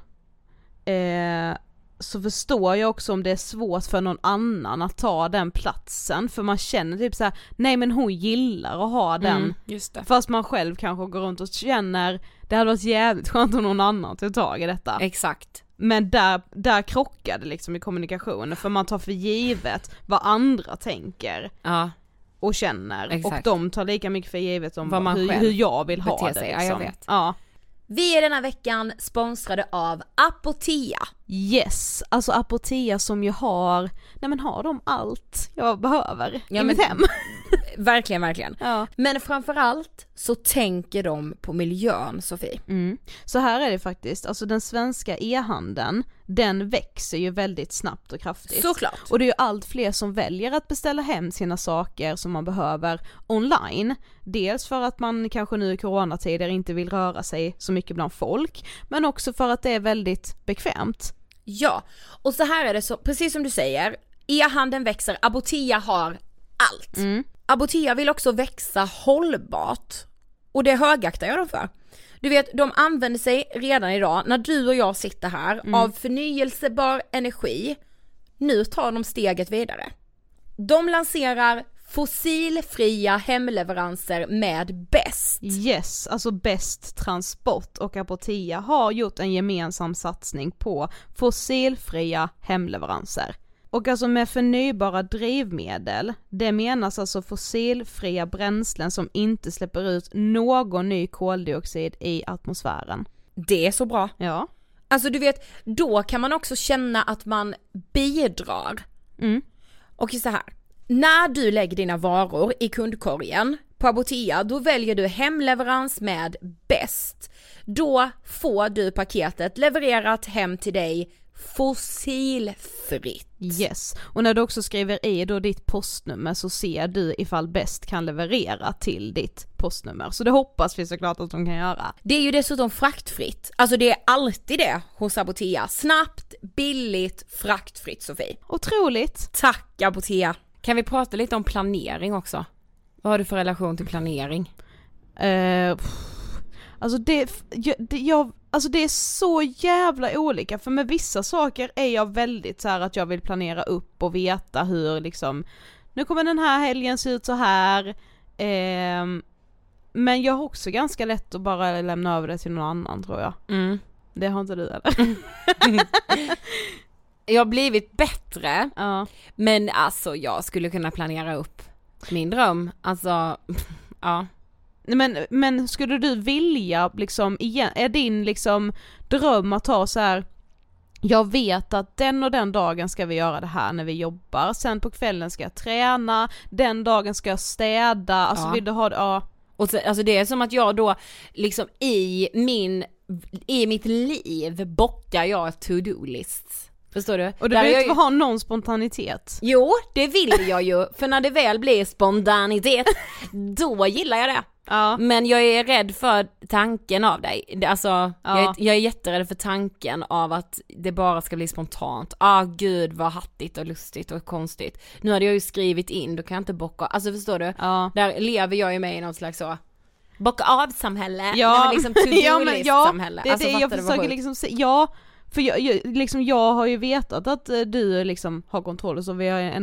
så förstår jag också om det är svårt för någon annan att ta den platsen, för man känner typ så här: nej men hon gillar att ha den, just det. Fast man själv kanske går runt och känner det hade varit jävligt skönt om någon annan tog tag i detta. Exakt. Men där krockar det liksom i kommunikationen, för man tar för givet vad andra tänker. Ja. Och känner. Exakt. Och de tar lika mycket för givet om hur jag vill ha det. Liksom. Ja, jag vet. Ja. Vi är denna veckan sponsrade av Apotea. Yes, alltså Apotea som ju har de allt jag behöver i mitt hem. Verkligen, verkligen. Ja. Men framförallt så tänker de på miljön, Sofie. Så här är det faktiskt, alltså den svenska e-handeln, den växer ju väldigt snabbt och kraftigt. Såklart. Och det är ju allt fler som väljer att beställa hem sina saker som man behöver online. Dels för att man kanske nu i coronatider inte vill röra sig så mycket bland folk, men också för att det är väldigt bekvämt. Ja, och så här är det så, precis som du säger, e-handeln växer, Apotea har allt. Apotea vill också växa hållbart, och det högaktar jag dem för. Du vet, de använder sig redan idag, när du och jag sitter här, av förnyelsebar energi. Nu tar de steget vidare. De lanserar fossilfria hemleveranser med Best. Yes, alltså Best Transport och Apotea har gjort en gemensam satsning på fossilfria hemleveranser. Och alltså med förnybara drivmedel, det menas alltså fossilfria bränslen som inte släpper ut någon ny koldioxid i atmosfären. Det är så bra. Ja. Alltså du vet, då kan man också känna att man bidrar. Och så här, när du lägger dina varor i kundkorgen på Apotea, då väljer du hemleverans med Best. Då får du paketet levererat hem till dig fossilfritt. Yes, och när du också skriver i då ditt postnummer så ser du ifall Best kan leverera till ditt postnummer. Så det hoppas vi såklart att de kan göra. Det är ju dessutom fraktfritt. Alltså det är alltid det hos Apotea. Snabbt, billigt, fraktfritt, Sofie. Otroligt. Tack Apotea. Kan vi prata lite om planering också? Vad har du för relation till planering? Alltså det är så jävla olika, för med vissa saker är jag väldigt så här att jag vill planera upp och veta hur liksom, nu kommer den här helgen se ut så här, men jag har också ganska lätt att bara lämna över det till någon annan, tror jag. Det har inte du eller? Jag har blivit bättre, ja. Men alltså jag skulle kunna planera upp min dröm, alltså ja. Men skulle du vilja liksom igen, är din liksom dröm att ta så här: jag vet att den och den dagen ska vi göra det här när vi jobbar, sen på kvällen ska jag träna, den dagen ska jag städa, alltså vill du ha det, ja. Och så, alltså det är som att jag då liksom i mitt liv bockar jag to-do-lists. Förstår du? Och du vill inte ha någon spontanitet? Jo, det vill jag ju. För när det väl blir spontanitet, då gillar jag det. Ja. Men jag är rädd för tanken av dig. Alltså, ja. jag är jätterädd för tanken av att det bara ska bli spontant. Gud vad hattigt och lustigt och konstigt. Nu hade jag ju skrivit in, då kan jag inte bocka. Alltså förstår du? Ja. Där lever jag ju med i någon slags så bocka av-samhälle. Ja. Liksom to-do-list-samhälle. Det är alltså, det jag försöker liksom se. Ja, för jag har ju vetat att du liksom har kontroll, så vi har ändå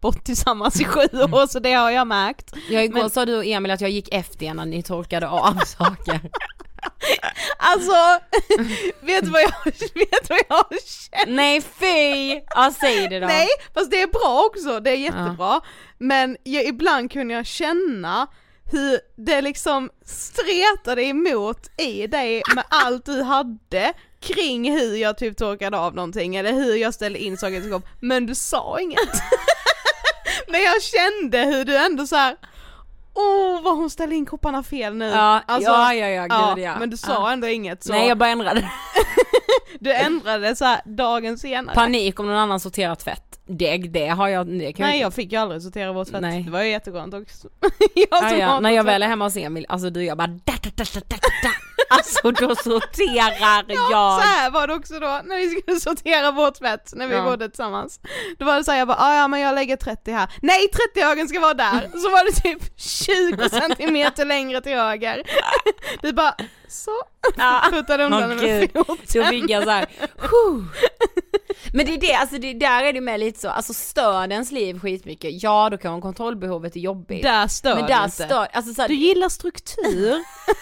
bott tillsammans i 7 år, så det har jag märkt. Igår sa du och Emil att jag gick efter när ni torkade av saker. Alltså, vet du vad jag känner? Nej, fy! Ja, säg det då. Nej, fast det är bra också, det är jättebra. Men ibland kunde jag känna hur det liksom stretade emot i dig med allt du hade kring hur jag typ torkade av någonting eller hur jag ställde in saker till skåp, men du sa inget. Men jag kände hur du ändå så här: vad hon ställer in kopparna fel nu. Ja, alltså, gud, ja. Men du sa ändå inget så. Nej, jag bara ändrade. Du ändrade så här dagen senare. Panik om någon annan sorterat tvätt. Det har jag. Jag fick ju aldrig sortera vårt tvätt. Nej. Det var ju jätteskönt också. När jag väl är hemma hos Emil, alltså jag bara alltså då sorterar jag. Så här var det också då när vi skulle sortera vårt tvätt när vi bodde tillsammans. Då var det så här, jag bara, men jag lägger 30 här. Nej, 30-högen ska vara där. Så var det typ 20 centimeter längre till höger. Du bara, så puttade undan med foten. Så fick jag så här. Men det är det, alltså där är det med lite så, alltså stör ens liv skitmycket, ja då kan kontrollbehovet är jobbigt. Där stör men där stör, alltså så här, du gillar struktur.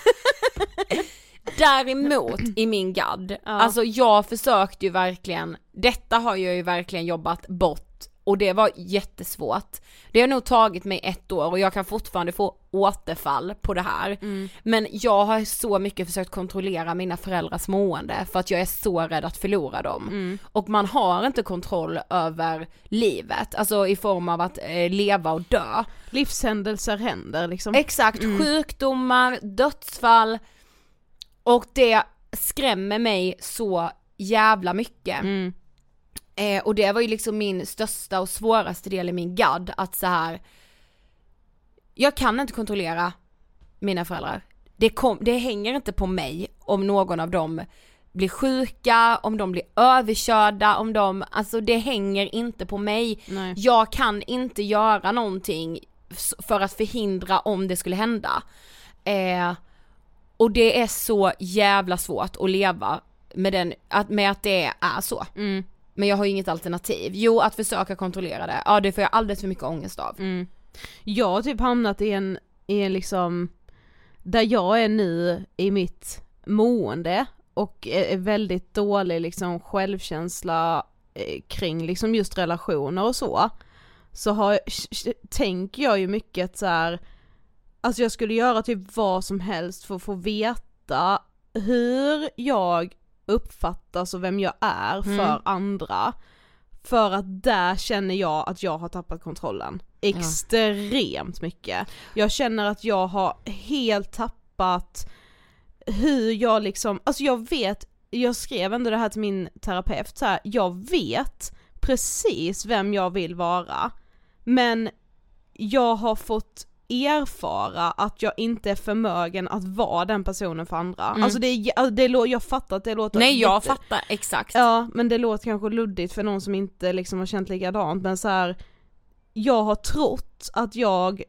Däremot i min gadd, alltså jag försökte ju verkligen, detta har jag ju verkligen jobbat bort och det var jättesvårt. Det har nog tagit mig 1 år och jag kan fortfarande få återfall på det här. Men jag har så mycket försökt kontrollera mina föräldrars mående för att jag är så rädd att förlora dem. Och man har inte kontroll över livet, alltså i form av att leva och dö. Livshändelser händer liksom. Exakt, sjukdomar, dödsfall. Och det skrämmer mig så jävla mycket. Och det var ju liksom min största och svåraste del i min gadd, att så här, jag kan inte kontrollera mina föräldrar. Det hänger inte på mig om någon av dem blir sjuka, om de blir överkörda, om de, alltså det hänger inte på mig. Nej. Jag kan inte göra någonting för att förhindra om det skulle hända. Och det är så jävla svårt att leva med att det är så. Men jag har ju inget alternativ. Jo, att försöka kontrollera det. Ja, det får jag alldeles för mycket ångest av. Jag har typ hamnat i en liksom, där jag är nu i mitt mående och är väldigt dålig liksom självkänsla kring liksom just relationer och så tänker jag ju mycket så här, alltså jag skulle göra typ vad som helst för att få veta hur jag uppfattas och vem jag är för andra, för att där känner jag att jag har tappat kontrollen extremt mycket. Jag känner att jag har helt tappat hur jag liksom, alltså jag skrev ändå det här till min terapeut så här, jag vet precis vem jag vill vara, men jag har fått erfara att jag inte är förmögen att vara den personen för andra. Alltså jag fattar att det låter... Nej, jag fattar, exakt. Ja, men det låter kanske luddigt för någon som inte liksom har känt likadant, men så här, jag har trott att jag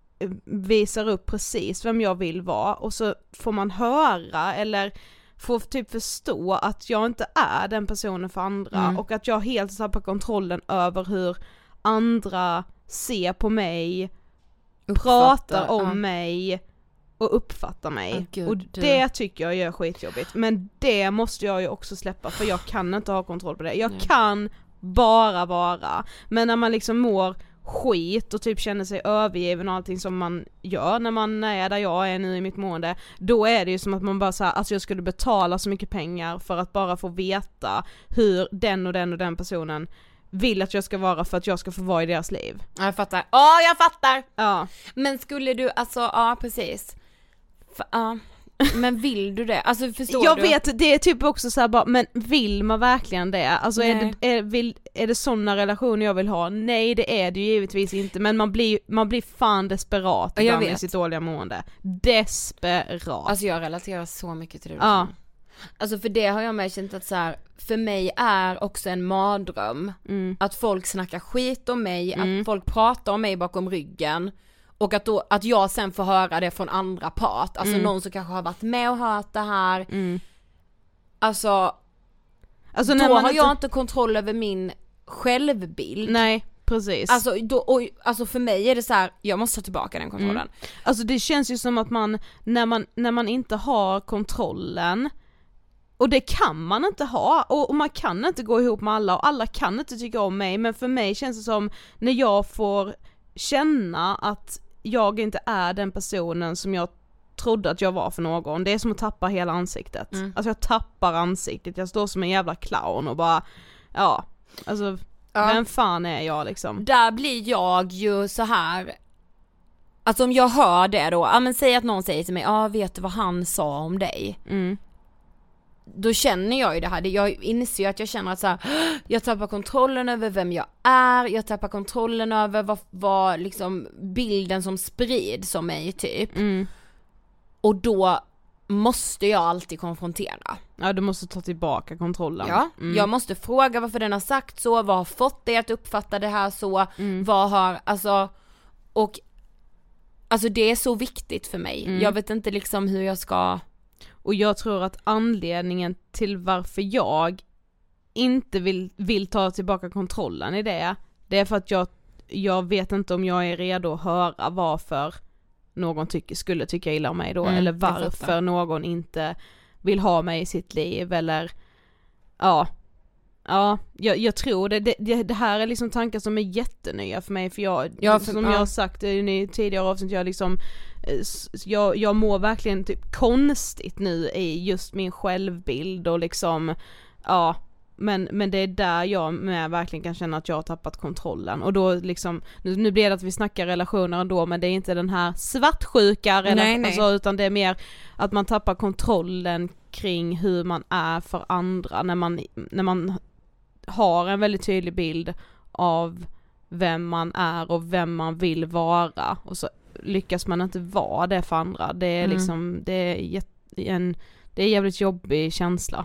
visar upp precis vem jag vill vara, och så får man höra eller får typ förstå att jag inte är den personen för andra, och att jag helt tappar kontrollen över hur andra ser på mig, pratar om mig och uppfattar mig. Och det tycker jag är skitjobbigt. Men det måste jag ju också släppa, för jag kan inte ha kontroll på det. Jag kan bara vara. Men när man liksom mår skit och typ känner sig övergiven och allting som man gör när man är där jag är nu i mitt mående, då är det ju som att man bara säger, alltså jag skulle betala så mycket pengar för att bara få veta hur den och den och den personen vill att jag ska vara för att jag ska få vara i deras liv. Jag fattar. Jag fattar! Ja. Men skulle du, alltså, precis. Men vill du det? Alltså förstår jag du? Jag vet, det är typ också så här bara, men vill man verkligen det? Alltså är det sådana relationer jag vill ha? Nej, det är det ju givetvis inte, men man blir fan desperat ibland i sitt dåliga mående. Desperat. Alltså jag relaterar så mycket till det. Ja. Alltså för det har jag med känt att så här, för mig är också en mardröm att folk snackar skit om mig, att folk pratar om mig bakom ryggen, och att jag sen får höra det från andra part, alltså någon som kanske har varit med och hört det här. Alltså då har jag inte kontroll över min självbild. Nej, Precis. Alltså för mig är det så här, jag måste ta tillbaka den kontrollen. Alltså det känns ju som att när man inte har kontrollen, och det kan man inte ha, och man kan inte gå ihop med alla, och alla kan inte tycka om mig, men för mig känns det som när jag får känna att jag inte är den personen som jag trodde att jag var för någon, det är som att tappa hela ansiktet. Alltså jag tappar ansiktet, jag står som en jävla clown och bara, vem fan är jag liksom? Där blir jag ju så här. Alltså om jag hör det då, men säg att någon säger till mig, vet du vad han sa om dig? Då känner jag ju det här, jag inser ju att jag känner att så här, jag tappar kontrollen över vem jag är, jag tappar kontrollen över vad liksom bilden som sprids om mig typ. Och då måste jag alltid konfrontera. Ja, du måste ta tillbaka kontrollen. Ja, jag måste fråga varför den har sagt så, vad har fått dig att uppfatta det här så, vad har, alltså det är så viktigt för mig. Jag vet inte liksom hur jag ska. Och jag tror att anledningen till varför jag inte vill ta tillbaka kontrollen i det är för att jag vet inte om jag är redo att höra varför någon skulle tycka illa om mig då, eller varför någon inte vill ha mig i sitt liv, eller jag tror det här är liksom tankar som är jättenya för mig, för jag har sagt i tidigare avsnitt, jag mår verkligen typ konstigt nu i just min självbild, och liksom men det är där jag verkligen kan känna att jag har tappat kontrollen, och då liksom nu blir det att vi snackar relationer ändå, men det är inte den här svartsjuka alltså, utan det är mer att man tappar kontrollen kring hur man är för andra, när man har en väldigt tydlig bild av vem man är och vem man vill vara, och så lyckas man inte vara det för andra. Det är liksom det är en jävligt jobbig känsla.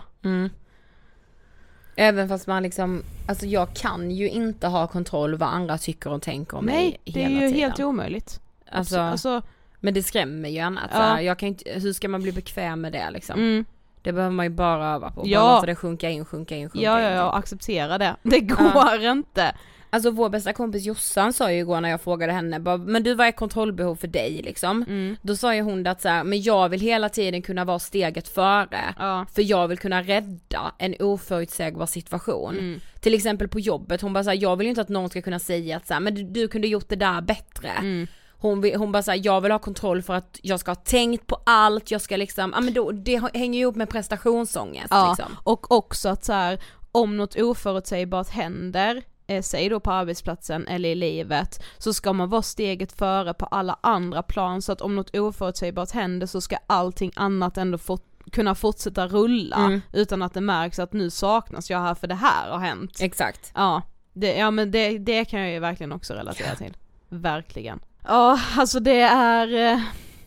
Även fast man liksom, alltså jag kan ju inte ha kontroll vad andra tycker och tänker om mig hela tiden. Nej, det är ju helt omöjligt. Alltså, men det skrämmer ju en att jag kan inte, hur ska man bli bekväm med det liksom? Det behöver man ju bara öva på. Bara låta det sjunka in. Ja, acceptera det. Det går inte. Alltså vår bästa kompis Jossan sa ju igår när jag frågade henne, men du, vad är kontrollbehov för dig liksom? Då sa ju hon att så här, men jag vill hela tiden kunna vara steget före, för jag vill kunna rädda en oförutsägbar situation. Till exempel på jobbet, hon bara så här, jag vill ju inte att någon ska kunna säga att så här, men du kunde gjort det där bättre. Hon bara såhär, jag vill ha kontroll för att jag ska ha tänkt på allt, jag ska liksom, men då, det hänger ju ihop med prestationsångest liksom. Och också att så här, om något oförutsägbart händer, säg då på arbetsplatsen eller i livet, så ska man vara steget före på alla andra plan, så att om något oförutsägbart händer så ska allting annat ändå kunna fortsätta rulla utan att det märks att nu saknas jag här för det här har hänt. Exakt. Men det kan jag ju verkligen också relatera till. Verkligen. Ja, alltså det är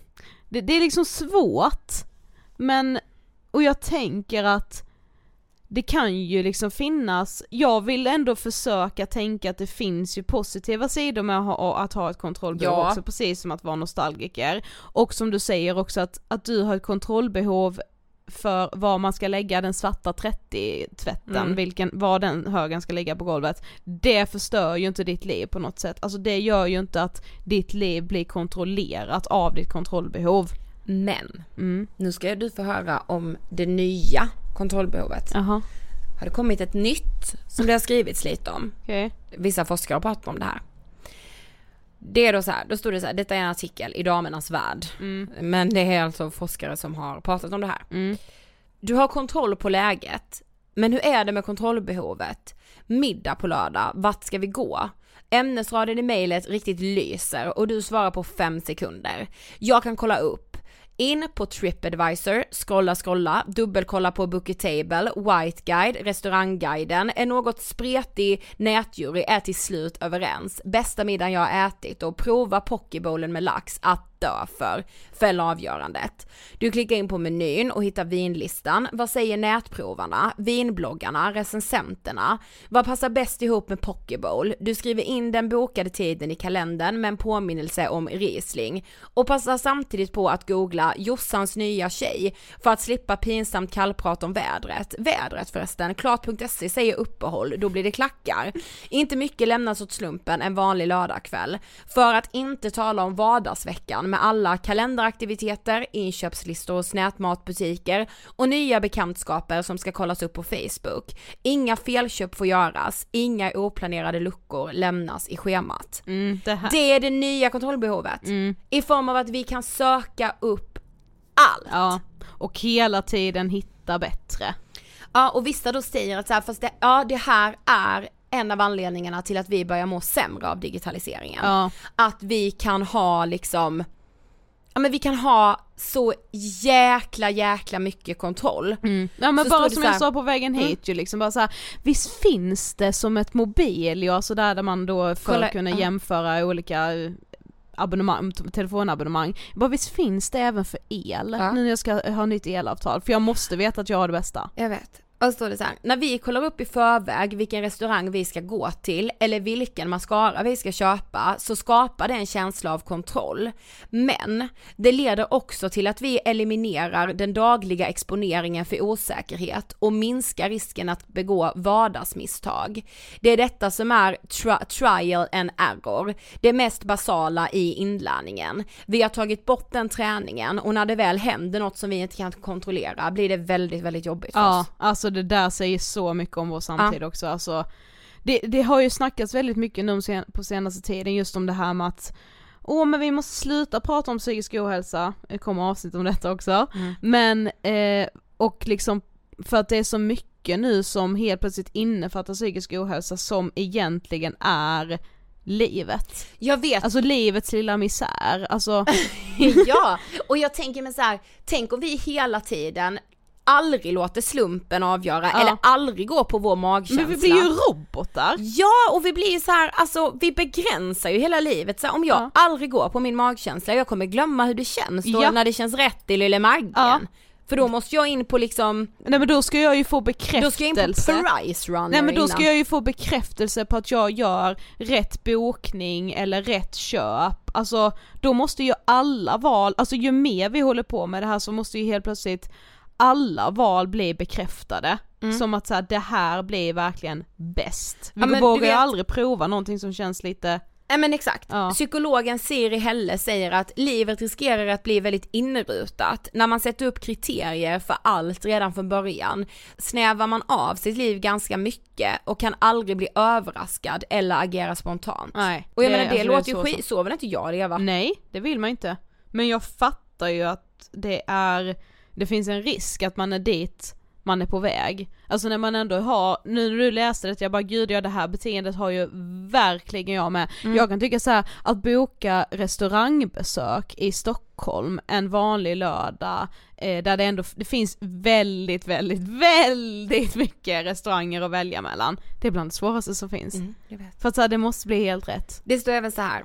liksom svårt, men, och jag tänker att det kan ju liksom finnas, jag vill ändå försöka tänka att det finns ju positiva sidor med att ha ett kontrollbehov också, precis som att vara nostalgiker, och som du säger också att du har ett kontrollbehov för var man ska lägga den svarta 30-tvätten, var den högen ska ligga på golvet. Det förstör ju inte ditt liv på något sätt. Alltså det gör ju inte att ditt liv blir kontrollerat av ditt kontrollbehov. Men nu ska du få höra om det nya kontrollbehovet. Har det kommit ett nytt som det har skrivits lite om. Vissa forskare har pratat om det här. Det är då så här, då står det så här, detta är en artikel i Damernas Värld. Men det är alltså forskare som har pratat om det här. Du har kontroll på läget, men hur är det med kontrollbehovet? Middag på lördag, vart ska vi gå? Ämnesraden i mejlet riktigt lyser och du svarar på 5 sekunder. Jag kan kolla upp. In på TripAdvisor, scrolla, dubbelkolla på Bookatable, White Guide, Restaurangguiden. En något spretig nätjury är till slut överens. Bästa middagen jag har ätit, och prova pokebowlen med lax. dö för fälla avgörandet. Du klickar in på menyn och hittar vinlistan. Vad säger nätprovarna, vinbloggarna, recensenterna? Vad passar bäst ihop med Pokéball? Du skriver in den bokade tiden i kalendern med en påminnelse om Riesling och passar samtidigt på att googla Jossans nya tjej för att slippa pinsamt kallprat om vädret. Vädret förresten, klart.se säger uppehåll, då blir det klackar. Inte mycket lämnas åt slumpen en vanlig lördagkväll. För att inte tala om vardagsveckan med alla kalenderaktiviteter, inköpslistor hos nätmatbutiker och nya bekantskaper som ska kollas upp på Facebook. Inga felköp får göras, inga oplanerade luckor lämnas i schemat. Det är det nya kontrollbehovet. I form av att vi kan söka upp allt. Ja, och hela tiden hitta bättre. Ja, och vissa då säger att så här, fast det här är en av anledningarna till att vi börjar må sämre av digitaliseringen. Ja. Att vi kan ha liksom, ja men vi kan ha så jäkla mycket kontroll. Ja men så bara som jag sa på vägen hit ju liksom bara så här, visst finns det som ett mobil, ja så där man då för att kunna jämföra olika abonnemang, telefonabonnemang. Bara visst finns det även för el nu när jag ska ha nytt elavtal, för jag måste veta att jag har det bästa. Jag vet. Och så står det så här, när vi kollar upp i förväg vilken restaurang vi ska gå till eller vilken mascara vi ska köpa, så skapar det en känsla av kontroll. Men det leder också till att vi eliminerar den dagliga exponeringen för osäkerhet och minskar risken att begå vardagsmisstag. Det är detta som är trial and error, det mest basala i inlärningen. Vi har tagit bort den träningen och när det väl händer något som vi inte kan kontrollera blir det väldigt, väldigt jobbigt för oss. Alltså det där säger så mycket om vår samtid också. Alltså, det har ju snackats väldigt mycket nu på senaste tiden just om det här med att men vi måste sluta prata om psykisk ohälsa. Det kommer avsnitt om detta också. Men och liksom för att det är så mycket nu som helt plötsligt innefattar psykisk ohälsa som egentligen är livet. Jag vet. Alltså livets lilla misär. Alltså. Ja, och jag tänker mig så här, tänk om vi hela tiden aldrig låter slumpen avgöra eller aldrig går på vår magkänsla. Men vi blir ju robotar. Ja, och vi blir så här, alltså vi begränsar ju hela livet. Så här, om jag aldrig går på min magkänsla, jag kommer glömma hur det känns då när det känns rätt i lilla maggen. För då måste jag in på liksom... Nej men då ska jag ju få bekräftelse. Då ska jag in på Price Runner. Nej men då ska jag ju få bekräftelse på att jag gör rätt bokning eller rätt köp. Alltså då måste ju alla val, alltså ju mer vi håller på med det här så måste ju helt plötsligt alla val blir bekräftade. Som att så här, det här blir verkligen bäst. Vi vågar ju aldrig prova någonting som känns lite... Ja men exakt. Psykologen Siri Helle säger att livet riskerar att bli väldigt inrutat. När man sätter upp kriterier för allt redan från början snävar man av sitt liv ganska mycket och kan aldrig bli överraskad eller agera spontant. Nej, och jag menar det låter ju skit, så vill inte jag leva. Nej, det vill man inte. Men jag fattar ju att det finns en risk att man är dit man är på väg. Alltså när man ändå har, nu när du läste det, jag bara gud, det här beteendet har ju verkligen jag med. Jag kan tycka så här, att boka restaurangbesök i Stockholm en vanlig lördag där det finns väldigt, väldigt, väldigt mycket restauranger att välja mellan. Det är bland det svåraste som finns. Jag vet. För att så här, det måste bli helt rätt. Det står även så här.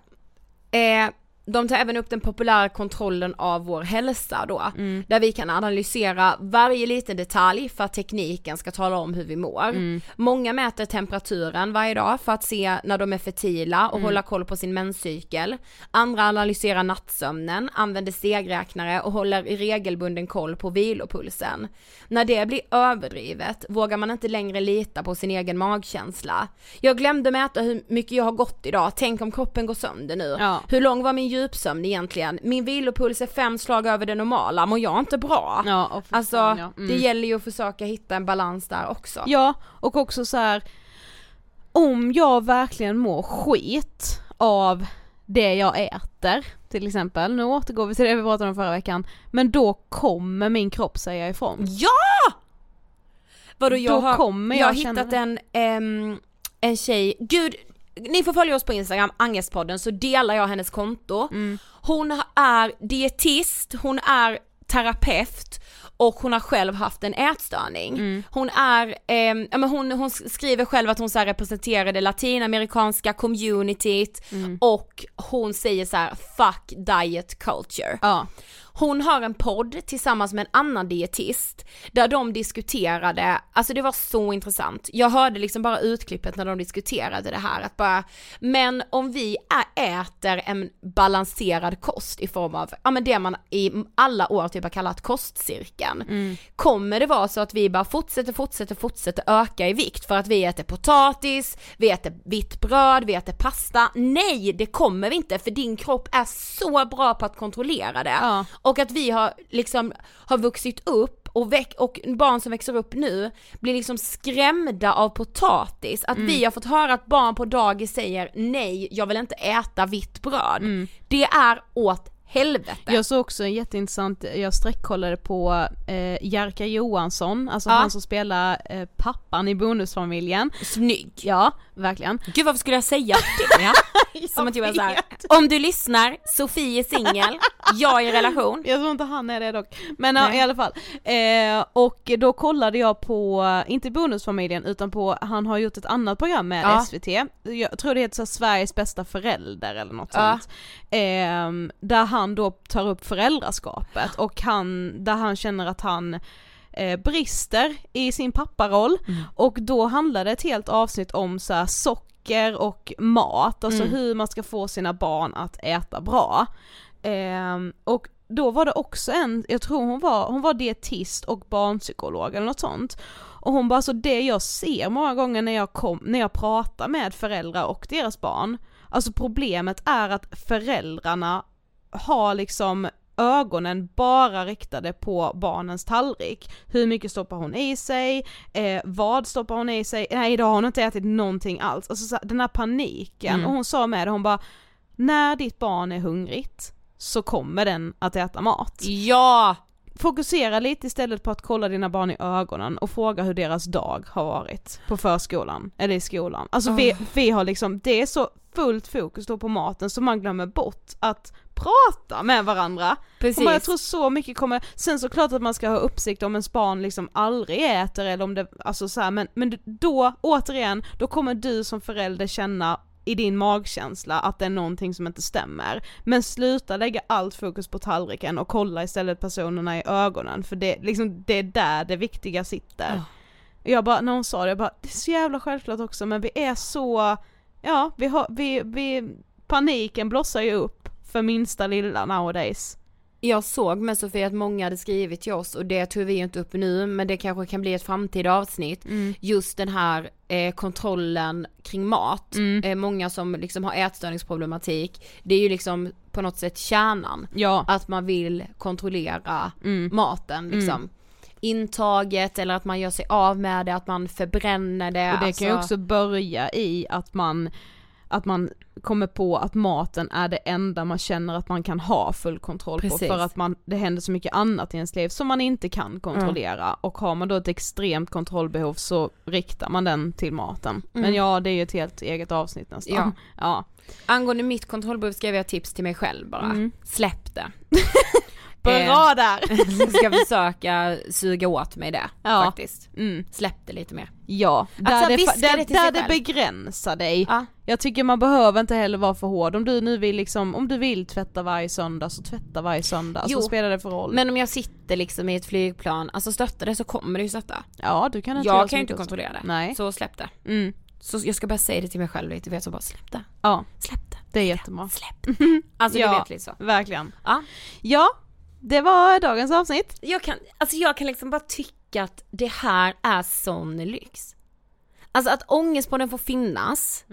De tar även upp den populära kontrollen av vår hälsa då, där vi kan analysera varje liten detalj för att tekniken ska tala om hur vi mår. Många mäter temperaturen varje dag för att se när de är fertila och hålla koll på sin menscykel. Andra analyserar nattsömnen, använder stegräknare och håller i regelbunden koll på vilopulsen. När det blir överdrivet vågar man inte längre lita på sin egen magkänsla. Jag glömde mäta hur mycket jag har gått idag, tänk om kroppen går sönder nu. Hur lång var min djupsömn egentligen? Min vilopuls är 5 slag över det normala, mår jag inte bra? Det gäller ju att försöka hitta en balans där också. Ja, och också så här, om jag verkligen mår skit av det jag äter, till exempel, nu återgår vi till det vi pratade om förra veckan, men då kommer min kropp säga ifrån. Ja! Vadå, jag har hittat en tjej, gud, ni får följa oss på Instagram, Angestpodden, så delar jag hennes konto. Hon är dietist, hon är terapeut och hon har själv haft en ätstörning. Hon är hon skriver själv att hon så här representerar det latinamerikanska communityt och hon säger så här: fuck diet culture. Ja. Hon har en podd tillsammans med en annan dietist där de diskuterade, alltså det var så intressant. Jag hörde liksom bara utklippet när de diskuterade det här, att bara, men om vi äter en balanserad kost i form av, ja men det man i alla år typ har kallat kostcirkeln, kommer det vara så att vi bara fortsätter öka i vikt för att vi äter potatis, vi äter vitt bröd, vi äter pasta? Nej, det kommer vi inte, för din kropp är så bra på att kontrollera det. Ja. Och att vi har vuxit upp och barn som växer upp nu blir liksom skrämda av potatis. Att vi har fått höra att barn på dagis säger nej, jag vill inte äta vitt bröd. Det är åt helvete. Jag såg också jätteintressant, jag sträckkollade på Jerka Johansson, alltså han som spelar pappan i Bonusfamiljen. Snygg. Ja, verkligen. Gud, varför skulle jag säga det? Som att jag var så här, om du lyssnar, Sofie är singel, jag är i relation. Jag tror inte han är det dock. Men ja, i alla fall. Och då kollade jag på, inte Bonusfamiljen, utan på, han har gjort ett annat program med SVT. Jag tror det heter så Sveriges bästa förälder eller något sånt. Där han då tar upp föräldraskapet och där han känner att han brister i sin papparoll, och då handlar det ett helt avsnitt om så här socker och mat, alltså hur man ska få sina barn att äta bra. Och då var det också jag tror hon var dietist och barnpsykolog eller något sånt. Och hon bara, så det jag ser många gånger när jag pratar med föräldrar och deras barn, alltså problemet är att föräldrarna har liksom ögonen bara riktade på barnens tallrik. Hur mycket stoppar hon i sig? Vad stoppar hon i sig? Nej, idag har hon inte ätit någonting alls. Alltså så, den här paniken. Och hon sa med det, hon bara, när ditt barn är hungrigt så kommer den att äta mat. Ja! Fokusera lite istället på att kolla dina barn i ögonen och fråga hur deras dag har varit på förskolan eller i skolan. Alltså vi har liksom, det är så fullt fokus då på maten så man glömmer bort att prata med varandra. Precis. Jag tror så mycket kommer, sen så klart att man ska ha uppsikt om ens barn liksom aldrig äter eller om det, alltså så här, men då återigen, då kommer du som förälder känna i din magkänsla att det är någonting som inte stämmer. Men sluta lägga allt fokus på tallriken och kolla istället personerna i ögonen, för det är där det viktiga sitter. Jag bara, när hon sa det, jag bara, det är så jävla självklart också, men vi är så, ja, vi paniken blossar ju upp för minsta lilla nowadays. Jag såg med Sofie att många hade skrivit till oss, och det tog vi inte upp nu, men det kanske kan bli ett framtida avsnitt. Just den här kontrollen kring mat. Många som liksom har ätstörningsproblematik, det är ju liksom på något sätt kärnan. Ja. Att man vill kontrollera maten liksom. Intaget, eller att man gör sig av med det, att man förbränner det. Och det kan ju också börja i att man kommer på att maten är det enda man känner att man kan ha full kontroll på. För att det händer så mycket annat i ens liv som man inte kan kontrollera. Och har man då ett extremt kontrollbehov så riktar man den till maten. Men ja, det är ju ett helt eget avsnitt nästan. Ja. Angående mitt kontrollbehov ska jag tips till mig själv bara. Släpp det. Bra där! Jag ska försöka suga åt mig det faktiskt. Släpp det lite mer. Ja, där det begränsar dig. Jag tycker man behöver inte heller vara för hård. Om du nu vill liksom, om du vill tvätta varje söndag, så tvätta varje söndag. Så spelar det för roll. Men om jag sitter liksom i ett flygplan, alltså stötta det, så kommer det ju stötta. Ja, du kan inte. Jag kan ju inte kontrollera det. Nej. Så släpp det. Så jag ska bara säga det till mig själv lite, vet så bara släpp det. Ja. Släpp det. Det är jättebra. Släpp det. Alltså det vet lite så. Verkligen. Ja. Det var dagens avsnitt. Jag kan liksom bara tycka att det här är sån lyx. Alltså att ångestpodden får finnas.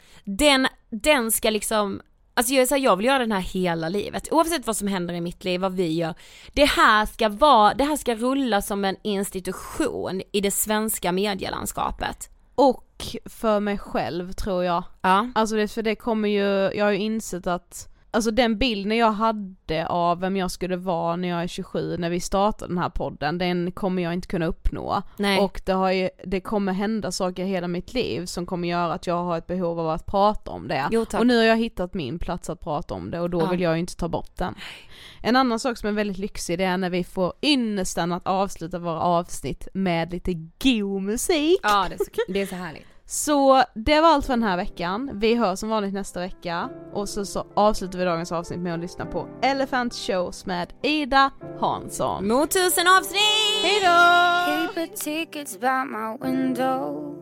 Den ska liksom, alltså jag vill göra den här hela livet. Oavsett vad som händer i mitt liv, vad vi gör. Det här ska rulla som en institution i det svenska medielandskapet. Och för mig själv tror jag. Ja. Alltså för det kommer ju, jag har ju insett att alltså den bilden jag hade av vem jag skulle vara när jag är 27 när vi startade den här podden, den kommer jag inte kunna uppnå. Nej. Och det kommer hända saker i hela mitt liv som kommer göra att jag har ett behov av att prata om det. Jo, tack. Och nu har jag hittat min plats att prata om det och då vill jag ju inte ta bort den. En annan sak som är väldigt lyxig, det är när vi får ynnesten att avsluta våra avsnitt med lite god musik. Ja, det är så härligt. Så det var allt för den här veckan. Vi hörs som vanligt nästa vecka. Och så avslutar vi dagens avsnitt med att lyssna på Elephant Shows med Ida Hansson. Mot 1000 avsnitt! Hejdå! Paper tickets by my window.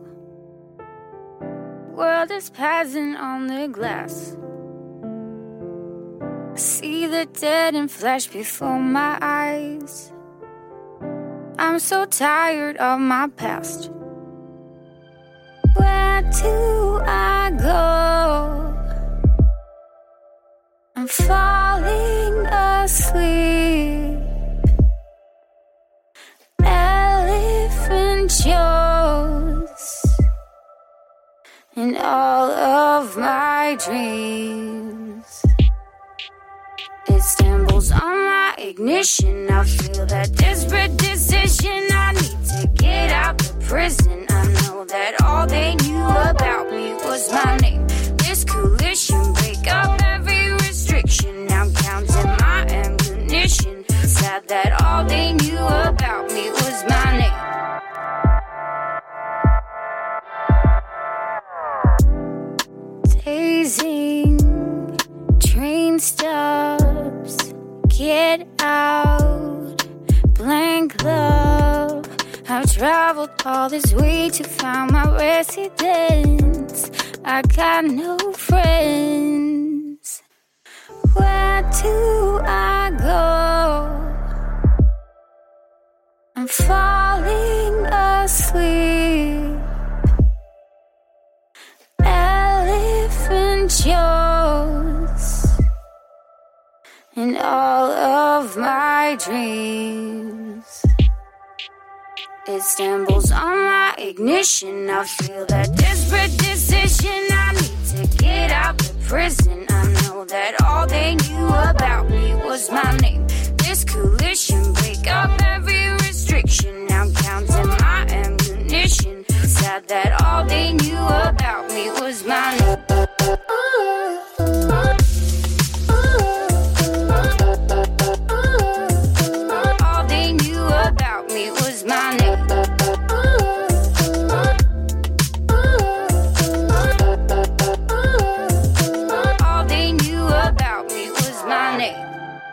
World is passing on the glass. I see the dead and flash before my eyes. I'm so tired of my past. Where do I go? I'm falling asleep. Elephant shows in all of my dreams. It stumbles on my ignition. I feel that desperate decision. I need to get out the prison. I know that all they knew about me was my name. This coalition, break up every restriction. I'm counting my ammunition. Sad that all they knew about me was my name. Dazing, train stops, get out, blank love. I've traveled all this way to find my residence. I got no friends. Where do I go? I'm falling asleep. Elephant shows in all of my dreams. It stumbles on my ignition. I feel that desperate decision. I need to get out the prison. I know that all they knew about me was my name. This coalition, break up every restriction. I'm counting my ammunition. Sad that all they knew about me was my name. All they knew about me was my name. All they knew about me was my name.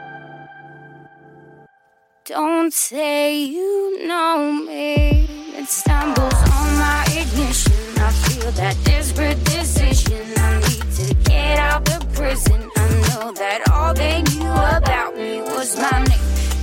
Don't say you know me. It stumbles on my ignition. I feel that desperate decision. I need to get out the prison. I know that all they knew about me was my name.